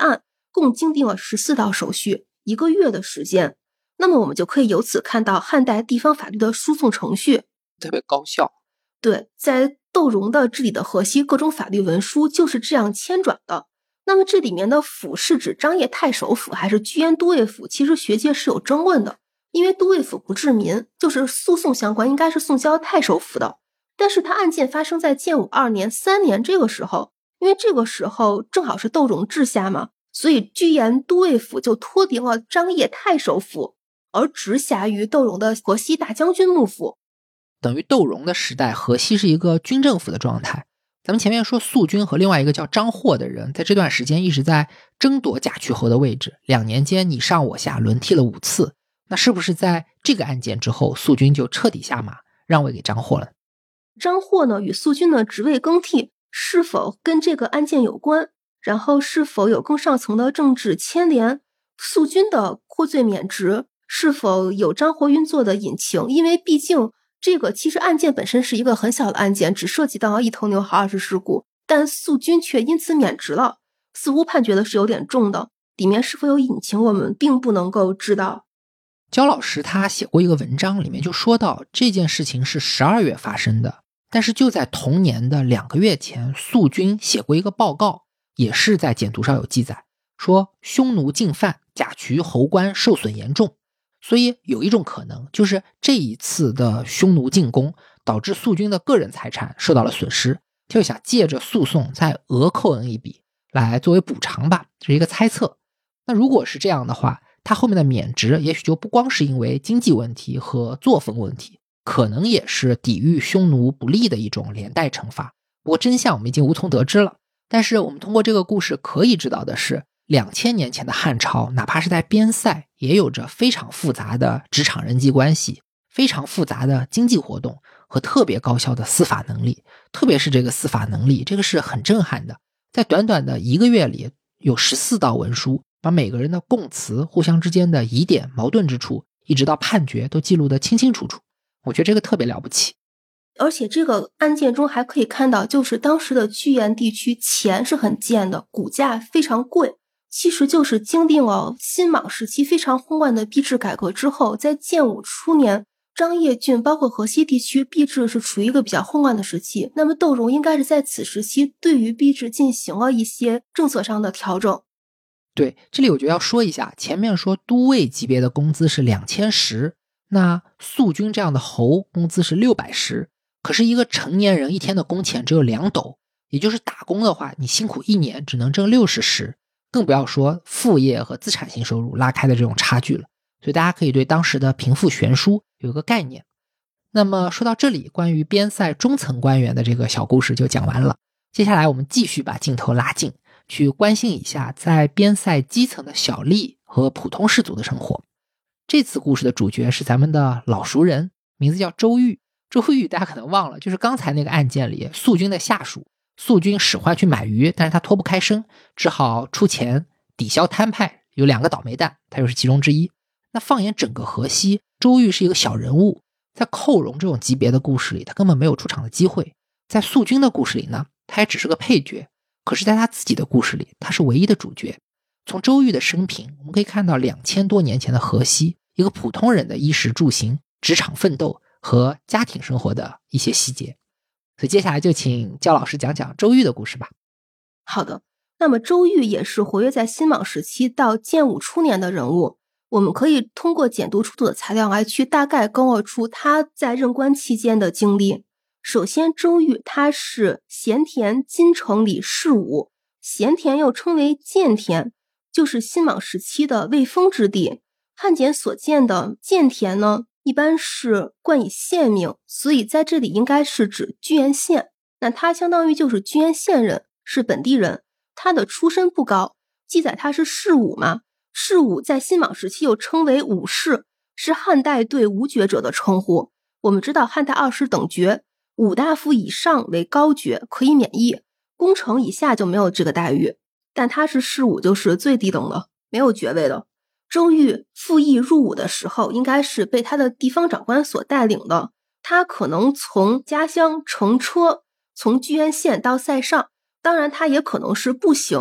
Speaker 2: 共经历了十四道手续，一个月的时间。那么我们就可以由此看到汉代地方法律的输送程序
Speaker 1: 特别高效。
Speaker 2: 对，在窦融的治理的河西，各种法律文书就是这样迁转的。那么这里面的府是指张掖太守府还是居延都尉府，其实学界是有争论的。因为都尉府不治民，就是诉讼相关应该是送交太守府的。但是他案件发生在建武二年、三年这个时候，因为这个时候正好是窦融治下嘛，所以居延都尉府就脱离了张掖太守府，而直辖于窦融的河西大将军幕府。
Speaker 1: 等于窦融的时代，河西是一个军政府的状态。咱们前面说肃君和另外一个叫张获的人，在这段时间一直在争夺贾衢侯的位置，两年间你上我下，轮替了五次。那是不是在这个案件之后，肃君就彻底下马，让位给张获了？
Speaker 2: 张获呢与肃君的职位更替是否跟这个案件有关？然后是否有更上层的政治牵连？肃君的获罪免职是否有张获运作的隐情？因为毕竟这个其实案件本身是一个很小的案件，只涉及到一头牛和二十尸骨，但肃君却因此免职了，似乎判决的是有点重的，里面是否有隐情我们并不能够知道。
Speaker 1: 焦老师他写过一个文章，里面就说到这件事情是十二月发生的，但是就在同年的两个月前，肃君写过一个报告，也是在简牍上有记载，说匈奴进犯，贾衢侯官受损严重。所以有一种可能，就是这一次的匈奴进攻导致肃君的个人财产受到了损失，就想借着诉讼再额扣恩一笔来作为补偿吧，这是一个猜测。那如果是这样的话，他后面的免职也许就不光是因为经济问题和作风问题，可能也是抵御匈奴不利的一种连带惩罚。不过真相我们已经无从得知了。但是我们通过这个故事可以知道的是，两千年前的汉朝，哪怕是在边塞，也有着非常复杂的职场人际关系，非常复杂的经济活动和特别高效的司法能力。特别是这个司法能力，这个是很震撼的。在短短的一个月里，有十四道文书，把每个人的供词、互相之间的疑点、矛盾之处，一直到判决都记录得清清楚楚。我觉得这个特别了不起。
Speaker 2: 而且这个案件中还可以看到，就是当时的居延地区钱是很贱的，股价非常贵，其实就是经历了新莽时期非常混乱的币制改革之后，在建武初年，张掖郡包括河西地区币制是处于一个比较混乱的时期，那么窦融应该是在此时期对于币制进行了一些政策上的调整。
Speaker 1: 对，这里我觉得要说一下，前面说都尉级别的工资是两千石，那肃君这样的侯工资是六百石，可是一个成年人一天的工钱只有两斗，也就是打工的话，你辛苦一年只能挣六十石，更不要说副业和资产性收入拉开的这种差距了。所以大家可以对当时的贫富悬殊有个概念。那么说到这里，关于边塞中层官员的这个小故事就讲完了。接下来我们继续把镜头拉近，去关心一下在边塞基层的小吏和普通士族的生活。这次故事的主角是咱们的老熟人，名字叫周瑜。周瑜大家可能忘了，就是刚才那个案件里肃君的下属，肃君使唤去买鱼，但是他脱不开身，只好出钱抵消摊派，有两个倒霉蛋，他又是其中之一。那放眼整个河西，周瑜是一个小人物，在寇荣这种级别的故事里，他根本没有出场的机会。在肃君的故事里呢，他也只是个配角，可是在他自己的故事里，他是唯一的主角。从周瑜的生平，我们可以看到两千多年前的河西，一个普通人的衣食住行、职场奋斗和家庭生活的一些细节。所以接下来就请焦老师讲讲周瑜的故事吧。
Speaker 2: 好的，那么周瑜也是活跃在新莽时期到建武初年的人物，我们可以通过简牍出土的材料来去大概勾勒出他在任官期间的经历。首先，周瑜他是咸田金城里士武，咸田又称为建田，就是新莽时期的魏丰之地。汉简所见的建田呢，一般是冠以县名，所以在这里应该是指居延县。那他相当于就是居延县人，是本地人。他的出身不高，记载他是士武嘛，士武在新莽时期又称为武士，是汉代对武爵者的称呼。我们知道汉代二十等爵，武大夫以上为高爵，可以免役，功臣以下就没有这个待遇，但他是士武，就是最低等的，没有爵位的。周瑜复役入伍的时候，应该是被他的地方长官所带领的，他可能从家乡乘车从居延县到塞上，当然他也可能是步行，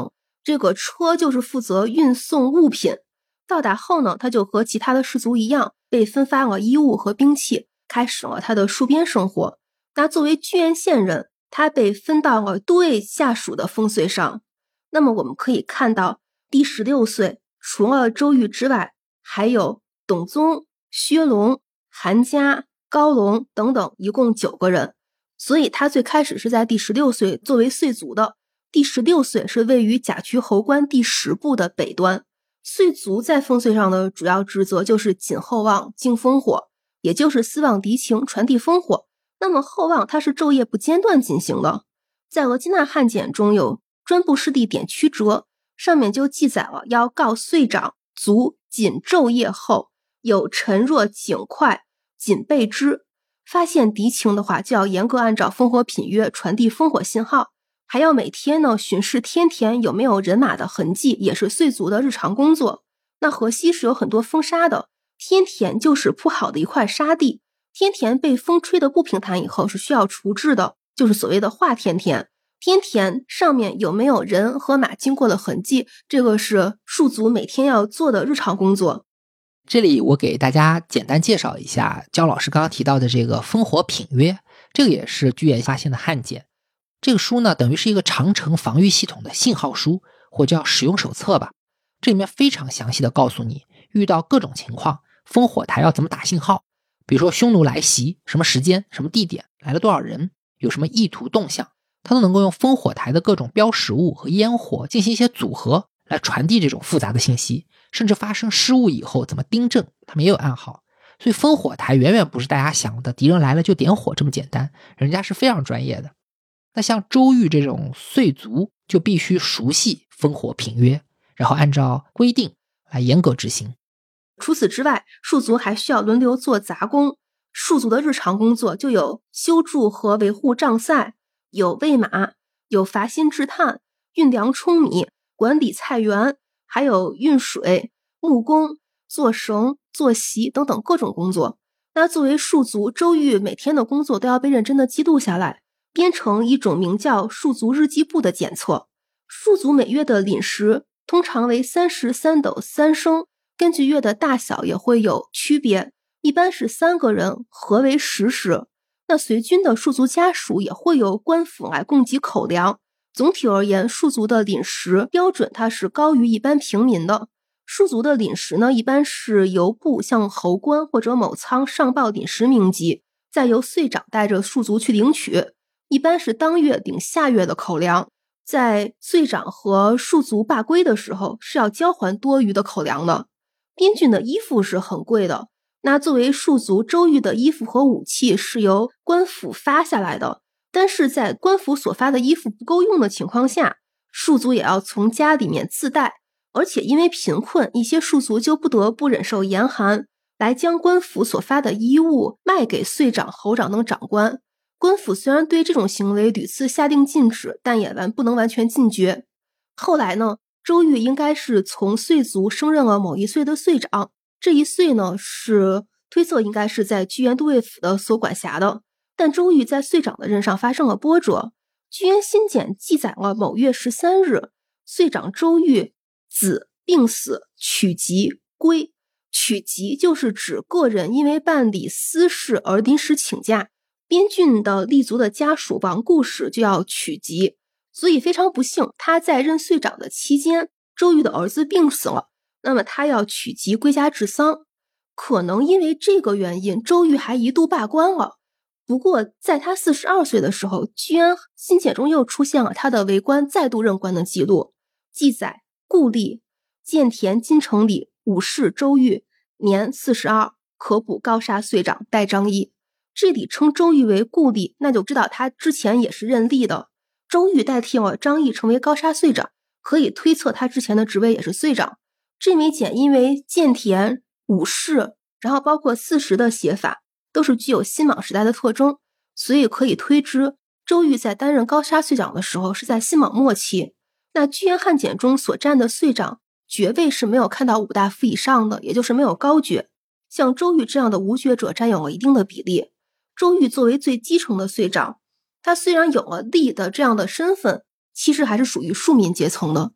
Speaker 2: 这个车就是负责运送物品。到达后呢，他就和其他的士族一样，被分发了衣物和兵器，开始了他的戍边生活。那作为居延县人，他被分到了都尉下属的封岁上。那么我们可以看到，第十六岁除了周瑜之外，还有董宗、薛龙、韩家、高龙等等，一共九个人。所以他最开始是在第十六岁作为岁卒的。第十六岁是位于甲渠侯关第十部的北端。岁卒在封岁上的主要职责就是谨厚望、敬烽火，也就是思望敌情、传递烽火。那么厚望它是昼夜不间断进行的。在额济纳汉简中有专部师弟典曲折，上面就记载了要告岁长卒谨昼夜厚，有臣若警快，谨备之。发现敌情的话，就要严格按照烽火品约传递烽火信号，还要每天呢巡视天田有没有人马的痕迹，也是岁卒的日常工作。那河西是有很多风沙的，天田就是铺好的一块沙地，天田被风吹得不平坦以后是需要除治的，就是所谓的化天田。天田上面有没有人和马经过的痕迹，这个是戍卒每天要做的日常工作。
Speaker 1: 这里我给大家简单介绍一下焦老师刚刚提到的这个烽火品约，这个也是居延发现的汉简。这个书呢等于是一个长城防御系统的信号书，或叫使用手册吧。这里面非常详细的告诉你遇到各种情况烽火台要怎么打信号，比如说匈奴来袭，什么时间什么地点，来了多少人，有什么意图动向，它都能够用烽火台的各种标识物和烟火进行一些组合来传递这种复杂的信息，甚至发生失误以后怎么订正，他们也有暗号。所以烽火台远远不是大家想的敌人来了就点火这么简单，人家是非常专业的。那像周瑜这种岁卒就必须熟悉烽火品约，然后按照规定来严格执行。
Speaker 2: 除此之外，戍卒还需要轮流做杂工。戍卒的日常工作就有修筑和维护帐塞，有喂马，有伐薪制炭，运粮充米，管理菜园，还有运水、木工、做绳、做席等等各种工作。那作为戍卒，周瑜每天的工作都要被认真的记录下来，编成一种名叫戍卒日记簿的检测。戍卒每月的饮食通常为三十三斗三升，根据月的大小也会有区别，一般是三个人合为十食。那随军的戍卒家属也会由官府来供给口粮。总体而言，戍卒的饮食标准它是高于一般平民的。戍卒的饮食呢，一般是由部向侯官或者某仓上报饮食名籍，再由岁长带着戍卒去领取，一般是当月领下月的口粮。在岁长和戍卒罢归的时候，是要交还多余的口粮的。边郡的衣服是很贵的，那作为戍卒，周瑜的衣服和武器是由官府发下来的，但是在官府所发的衣服不够用的情况下，戍卒也要从家里面自带，而且因为贫困，一些戍卒就不得不忍受严寒，来将官府所发的衣物卖给岁长、侯长等长官。官府虽然对这种行为屡次下令禁止，但也完不能完全禁绝。后来呢，周瑜应该是从岁卒升任了某一岁的岁长，这一岁呢是推测应该是在居延都尉府的所管辖的。但周瑜在岁长的任上发生了波折。居延新简记载了某月十三日，岁长周瑜子病死，取疾归。取疾就是指个人因为办理私事而临时请假，边郡的立族的家属亡故时就要取疾。所以非常不幸，他在任岁长的期间，周瑜的儿子病死了，那么他要取疾归家治丧。可能因为这个原因，周瑜还一度罢官了。不过在他四十二岁的时候，居延新简中又出现了他的为官再度任官的记录，记载故吏建田金城里武士周瑜，年四十二，可补高沙岁长代张仪。这里称周瑜为故吏，那就知道他之前也是任吏的。周瑜代替了张仪成为高沙岁长，可以推测他之前的职位也是岁长。这枚简因为建田、武士，然后包括四十的写法都是具有新莽时代的特征，所以可以推知周瑜在担任高沙岁长的时候是在新莽末期。那居延汉简中所占的岁长爵位是没有看到五大夫以上的，也就是没有高爵。像周瑜这样的无爵者占有了一定的比例。周瑜作为最基层的岁长，他虽然有了吏的这样的身份，其实还是属于庶民阶层的。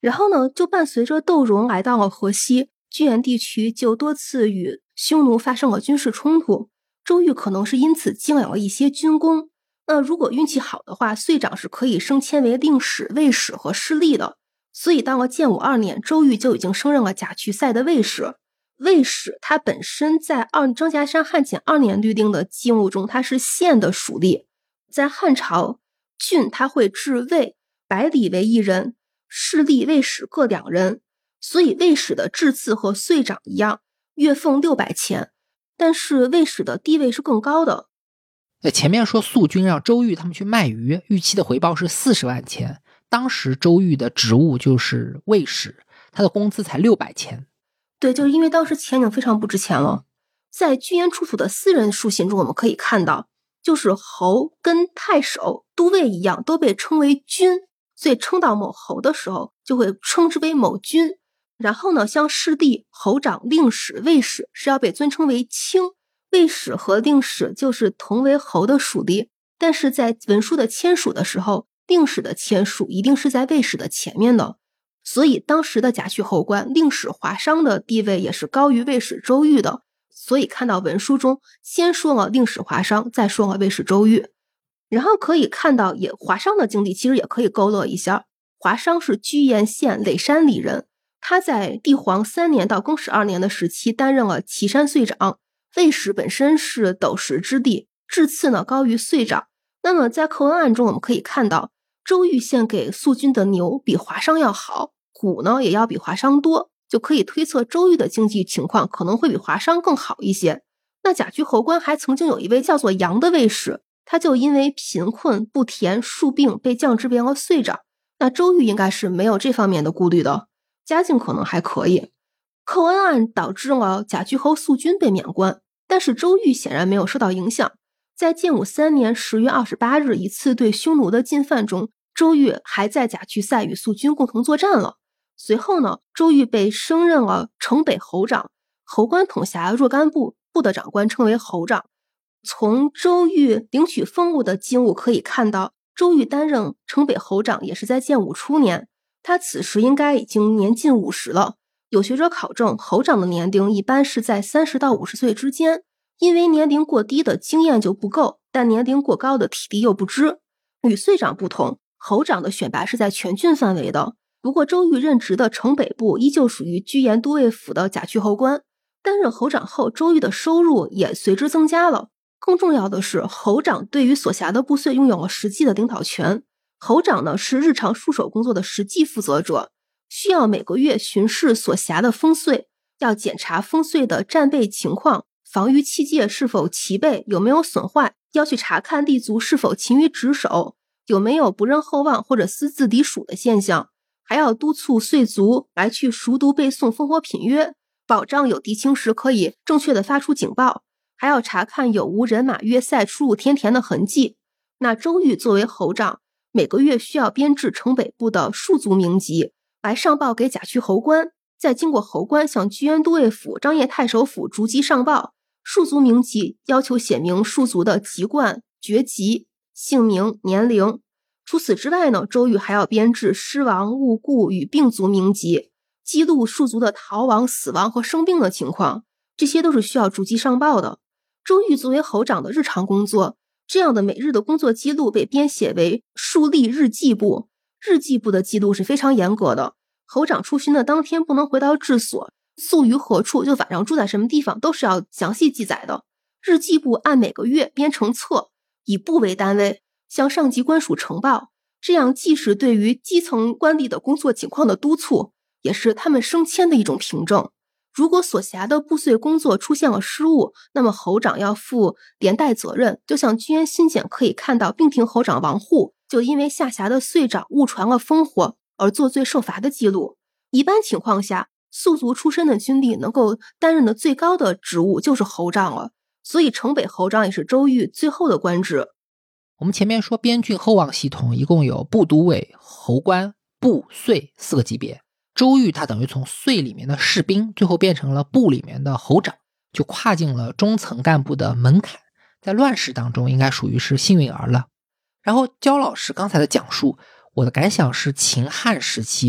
Speaker 2: 然后呢，就伴随着窦融来到了河西，居延地区就多次与匈奴发生了军事冲突，周瑜可能是因此积累了一些军功。那如果运气好的话，岁长是可以升迁为令史、尉史和侍吏的。所以到了建武二年，周瑜就已经升任了甲渠塞的尉史。尉史它本身在二张家山汉简二年律定的记录中，它是县的属吏。在汉朝，郡它会置尉、百里为一人，侍吏、尉史各两人。所以尉史的制次和岁长一样，月俸六百钱，但是尉史的地位是更高的。
Speaker 1: 前面说肃军让周瑜他们去卖鱼，预期的回报是四十万钱。当时周瑜的职务就是尉史，他的工资才六百钱。
Speaker 2: 对，就是因为当时钱已经非常不值钱了。在居延出土的私人书信中，我们可以看到，就是侯跟太守、都尉一样，都被称为君，所以称到某侯的时候，就会称之为某君。然后呢，像侍吏、侯长、令史、尉史是要被尊称为卿。尉史和令史就是同为侯的属吏，但是在文书的签署的时候，令史的签署一定是在尉史的前面的。所以当时的甲戌侯官令史华商的地位也是高于尉史周瑜的。所以看到文书中先说了令史华商，再说了尉史周瑜。然后可以看到也华商的经历其实也可以勾勒一下。华商是居延县累山里人，他在帝皇三年到更始二年的时期担任了岐山岁长。尉史本身是斗石之地，制次呢高于岁长。那么在寇恩案中我们可以看到，周瑜献给肃军的牛比华商要好，谷呢也要比华商多，就可以推测周瑜的经济情况可能会比华商更好一些。那甲戌侯官还曾经有一位叫做杨的尉史，他就因为贫困不田戍病被降职为了岁长。那周瑜应该是没有这方面的顾虑的，家境可能还可以。寇恩案导致了甲戌侯肃军被免官，但是周瑜显然没有受到影响。在建武三年十月二十八日一次对匈奴的进犯中，周瑜还在甲渠塞与肃军共同作战了。随后呢，周瑜被升任了城北侯长，侯官统辖若干部，部的长官称为侯长。从周瑜领取俸禄的记录可以看到，周瑜担任城北侯长也是在建武初年，他此时应该已经年近五十了。有学者考证，侯长的年龄一般是在三十到五十岁之间，因为年龄过低的经验就不够，但年龄过高的体力又不支。与岁长不同，侯长的选拔是在全郡范围的。不过周瑜任职的城北部依旧属于居延都尉府的甲戌侯官，担任侯长后，周瑜的收入也随之增加了。更重要的是，侯长对于所辖的部队拥有了实际的领导权。侯长呢是日常戍守工作的实际负责者，需要每个月巡视所辖的烽燧，要检查烽燧的战备情况，防御器械是否齐备，有没有损坏，要去查看立足是否勤于值守，有没有不认厚望或者私自敌属的现象，还要督促燧卒来去熟读背诵烽火品约，保障有敌情时可以正确的发出警报，还要查看有无人马约塞出入天田的痕迹。那周瑜作为侯长，每个月需要编制城北部的戍卒名籍来上报给甲戌侯官，再经过侯官向居延都尉府、张掖太守府逐级上报。戍卒名籍要求写明戍卒的籍贯、爵籍、姓名、年龄。除此之外呢，周瑜还要编制失亡、误故与病卒名籍，记录戍卒的逃亡、死亡和生病的情况，这些都是需要逐级上报的。周瑜作为侯长的日常工作，这样的每日的工作记录被编写为戍吏日记簿。日记簿的记录是非常严格的，侯长出巡的当天不能回到治所，宿于何处，就晚上住在什么地方，都是要详细记载的。日记簿按每个月编成册，以部为单位向上级官署呈报，这样既是对于基层官吏的工作情况的督促，也是他们升迁的一种凭证。如果所辖的部队工作出现了失误，那么侯长要负连带责任。就像居延新简可以看到，并庭侯长王护就因为下辖的岁长误传了烽火而作罪受罚的记录。一般情况下，宿族出身的军吏能够担任的最高的职务就是侯长了，所以城北侯长也是周瑜最后的官职。
Speaker 1: 我们前面说边郡厚望系统一共有部都尉、侯官、部、岁四个级别，周瑜他等于从岁里面的士兵最后变成了部里面的侯长，就跨进了中层干部的门槛，在乱世当中应该属于是幸运儿了。然后焦老师刚才的讲述，我的感想是秦汉时期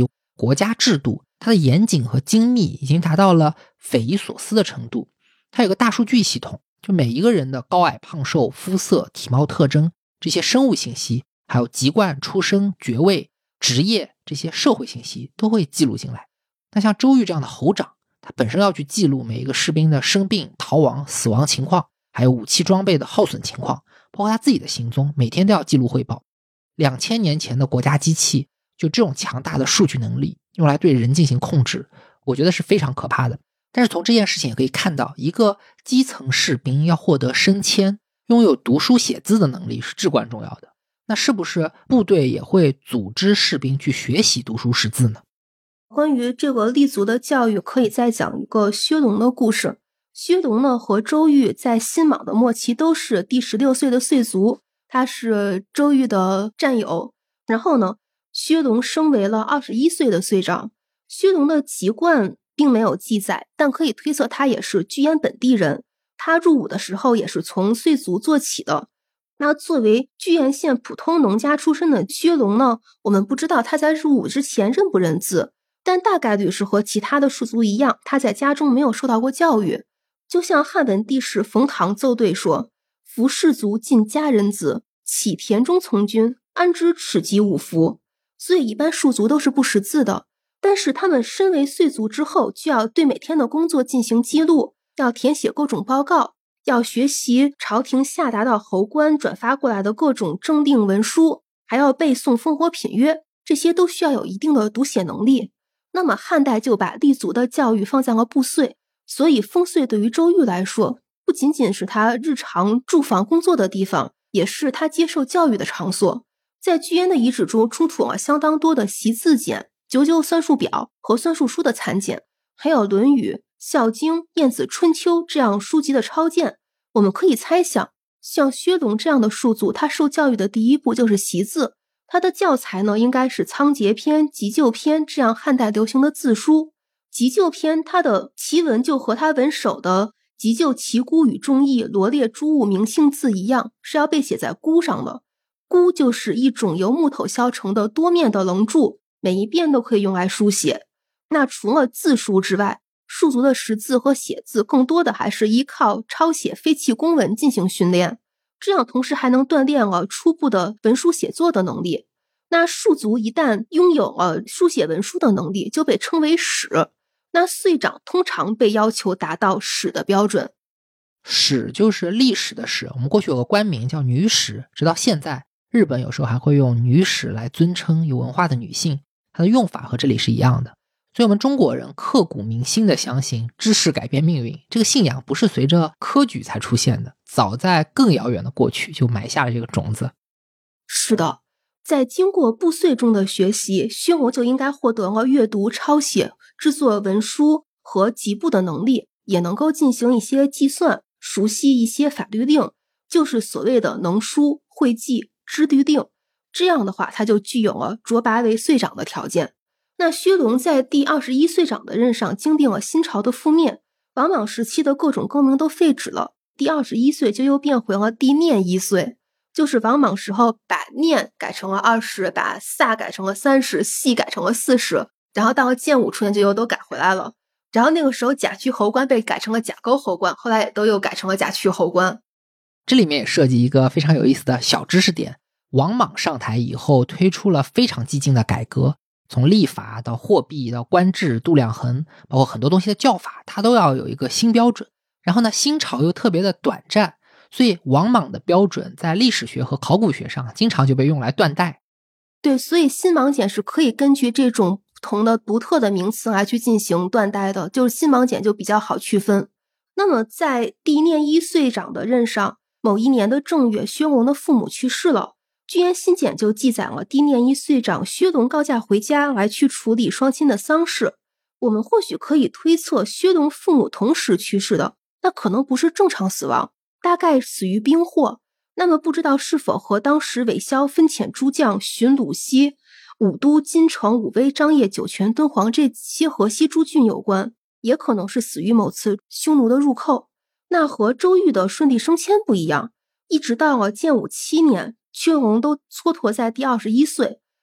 Speaker 1: 国家制度，它的严谨和精密已经达到了匪夷所思的程度。它有个大数据系统，就每一个人的高矮胖瘦、肤色、体貌特征这些生物信息，还有籍贯、出生、爵位、职业这些社会信息都会记录进来。那像周瑜这样的侯长，他本身要去记录每一个士兵的生病、逃亡、死亡情况，还有武器装备的耗损情况，包括他自己的行踪，每天都要记录汇报。两千年前的国家机器，就这种强大的数据能力用来对人进行控制，我觉得是非常可怕的。但是从这件事情也可以看到，一个基层士兵要获得升迁，拥有读书写字的能力是至关重要的。那是不是部队也会组织士兵去学习读书识字呢？
Speaker 2: 关于这个立足的教育，可以再讲一个薛龙的故事。薛龙呢和周瑜在新莽的末期都是第十六岁的岁卒，他是周瑜的战友。然后呢，薛龙升为了二十一岁的岁长。薛龙的籍贯并没有记载，但可以推测他也是居延本地人。他入伍的时候也是从岁卒做起的。那作为居延县普通农家出身的薛龙呢，我们不知道他在入伍之前认不认字，但大概率是和其他的士族一样，他在家中没有受到过教育。就像汉文帝时冯唐奏对说：“夫士族尽家人子，岂田中从军，安知耻及五服？”所以一般庶族都是不识字的，但是他们身为岁卒之后，就要对每天的工作进行记录，要填写各种报告，要学习朝廷下达到侯官转发过来的各种政令文书，还要背诵烽火品约，这些都需要有一定的读写能力。那么汉代就把立足的教育放在了部岁，所以丰岁对于周瑜来说，不仅仅是他日常住房工作的地方，也是他接受教育的场所。在居延的遗址中出土了相当多的习字简、九九算术表和算术书的残简，还有《论语》、《孝经》、《晏子春秋》这样书籍的抄件。我们可以猜想，像薛龙这样的庶族，他受教育的第一步就是习字。他的教材呢，应该是《仓颉篇》、《急救篇》这样汉代流行的字书。急救篇它的奇文就和他文首的急救奇孤与众义罗列诸物名姓字一样，是要被写在箍上的。箍就是一种由木头削成的多面的棱柱，每一边都可以用来书写。那除了字书之外，庶族的识字和写字更多的还是依靠抄写废弃公文进行训练，这样同时还能锻炼了初步的文书写作的能力。那庶族一旦拥有了书写文书的能力，就被称为史。那岁长通常被要求达到史的标准。
Speaker 1: 史就是历史的史，我们过去有个官名叫女史，直到现在日本有时候还会用女史来尊称有文化的女性，它的用法和这里是一样的。所以我们中国人刻骨铭心的相信知识改变命运，这个信仰不是随着科举才出现的，早在更遥远的过去就埋下了这个种子。
Speaker 2: 是的，在经过部岁中的学习，薛龙就应该获得了阅读、抄写、制作文书和辑部的能力，也能够进行一些计算，熟悉一些法律令，就是所谓的能书会记知律令。这样的话，他就具有了擢拔为岁长的条件。那薛龙在第二十一岁长的任上，经历了新朝的覆灭，王莽时期的各种更名都废止了，第二十一岁就又变回了第念一岁。就是王莽时候把念改成了二十，把飒改成了三十，系改成了四十，然后到了建武初年就又都改回来了。然后那个时候甲戌侯官被改成了甲沟侯官，后来也都又改成了甲戌侯官。
Speaker 1: 这里面也涉及一个非常有意思的小知识点，王莽上台以后推出了非常激进的改革，从历法到货币到官制度量衡，包括很多东西的教法，它都要有一个新标准。然后呢，新朝又特别的短暂，所以王莽的标准在历史学和考古学上经常就被用来断代。
Speaker 2: 对，所以新莽简是可以根据这种不同的独特的名词来去进行断代的，就是新莽简就比较好区分。那么在第念一岁长的任上，某一年的正月，薛龙的父母去世了，居延新简就记载了第念一岁长薛龙告假回家来去处理双亲的丧事。我们或许可以推测薛龙父母同时去世的，那可能不是正常死亡，大概死于兵祸。那么不知道是否和当时韦骁分遣诸将寻鲁西、武都、金城、武威、张掖、酒泉、敦煌这些河西诸郡有关，也可能是死于某次匈奴的入寇。那和周瑜的顺利升迁不一样，一直到了建武七年，薛龙都蹉跎在第二十一岁，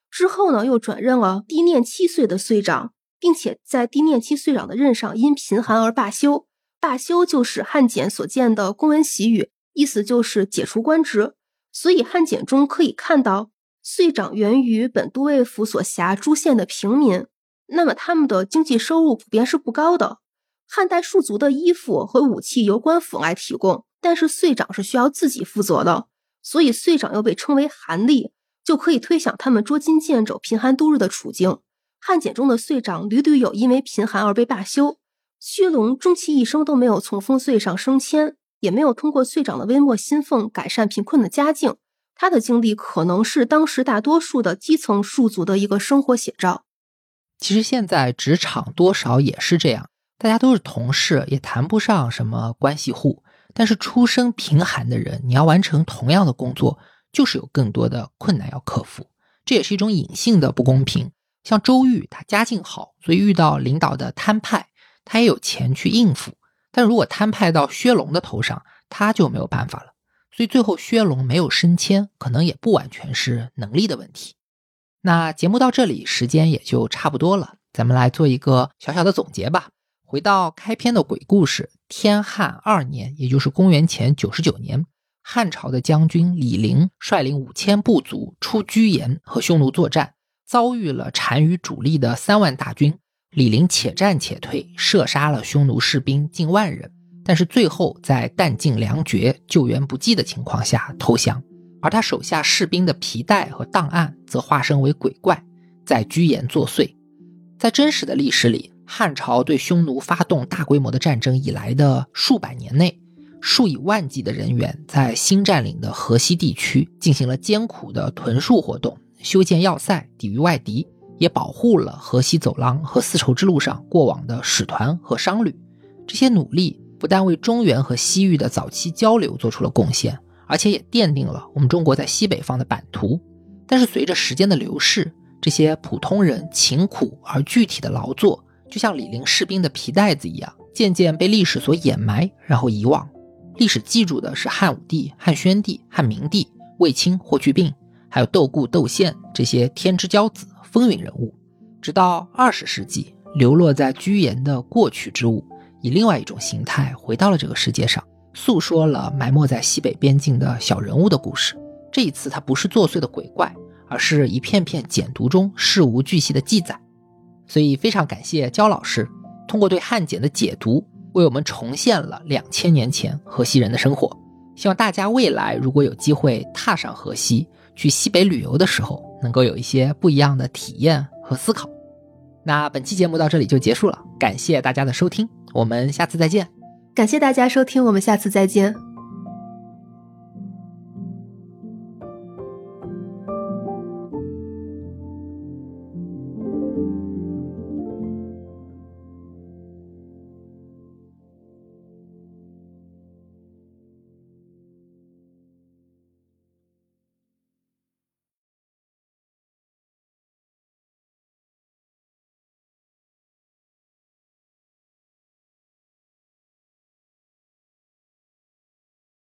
Speaker 2: 之后呢，又转任了低念七岁的岁长，并且在低念七岁长的任上因贫寒而罢休。罢休就是汉简所见的公文习语，意思就是解除官职。所以汉简中可以看到，岁长源于本都尉府所辖诸县的平民，那么他们的经济收入普遍是不高的。汉代戍族的衣服和武器由官府来提供，但是岁长是需要自己负责的，所以岁长又被称为寒吏，就可以推想他们捉襟见肘、贫寒度日的处境。汉简中的岁长屡屡有因为贫寒而被罢休，薛龙终其一生都没有从封岁上升迁，也没有通过岁长的微末薪俸改善贫困的家境。他的经历可能是当时大多数的基层戍族的一个生活写照。
Speaker 1: 其实现在职场多少也是这样，大家都是同事，也谈不上什么关系户，但是出身贫寒的人，你要完成同样的工作，就是有更多的困难要克服，这也是一种隐性的不公平。像周瑜，他家境好，所以遇到领导的摊派，他也有钱去应付，但如果摊派到薛龙的头上，他就没有办法了。所以最后薛龙没有升迁，可能也不完全是能力的问题。那节目到这里时间也就差不多了，咱们来做一个小小的总结吧。回到开篇的鬼故事，天汉二年，也就是公元前九十九年，汉朝的将军李陵率领五千部族出居延和匈奴作战，遭遇了单于主力的三万大军。李陵且战且退，射杀了匈奴士兵近万人，但是最后在弹尽粮绝、救援不济的情况下投降。而他手下士兵的皮带和档案则化身为鬼怪，在居延作祟。在真实的历史里，汉朝对匈奴发动大规模的战争以来的数百年内，数以万计的人员在新占领的河西地区进行了艰苦的屯戍活动，修建要塞，抵御外敌，也保护了河西走廊和丝绸之路上过往的使团和商旅。这些努力不但为中原和西域的早期交流做出了贡献，而且也奠定了我们中国在西北方的版图。但是随着时间的流逝，这些普通人勤苦而具体的劳作，就像李陵士兵的皮带子一样，渐渐被历史所掩埋，然后遗忘。历史记住的是汉武帝、汉宣帝、汉明帝、卫青、霍去病，还有窦固、窦宪这些天之骄子、风云人物。直到二十世纪，流落在居延的过去之物以另外一种形态回到了这个世界上，诉说了埋没在西北边境的小人物的故事。这一次它不是作祟的鬼怪，而是一片片简牍中事无巨细的记载。所以非常感谢焦老师通过对汉简的解读，为我们重现了两千年前河西人的生活。希望大家未来如果有机会踏上河西，去西北旅游的时候，能够有一些不一样的体验和思考。那本期节目到这里就结束了，感谢大家的收听，我们下次再见。
Speaker 2: 感谢大家收听，我们下次再见。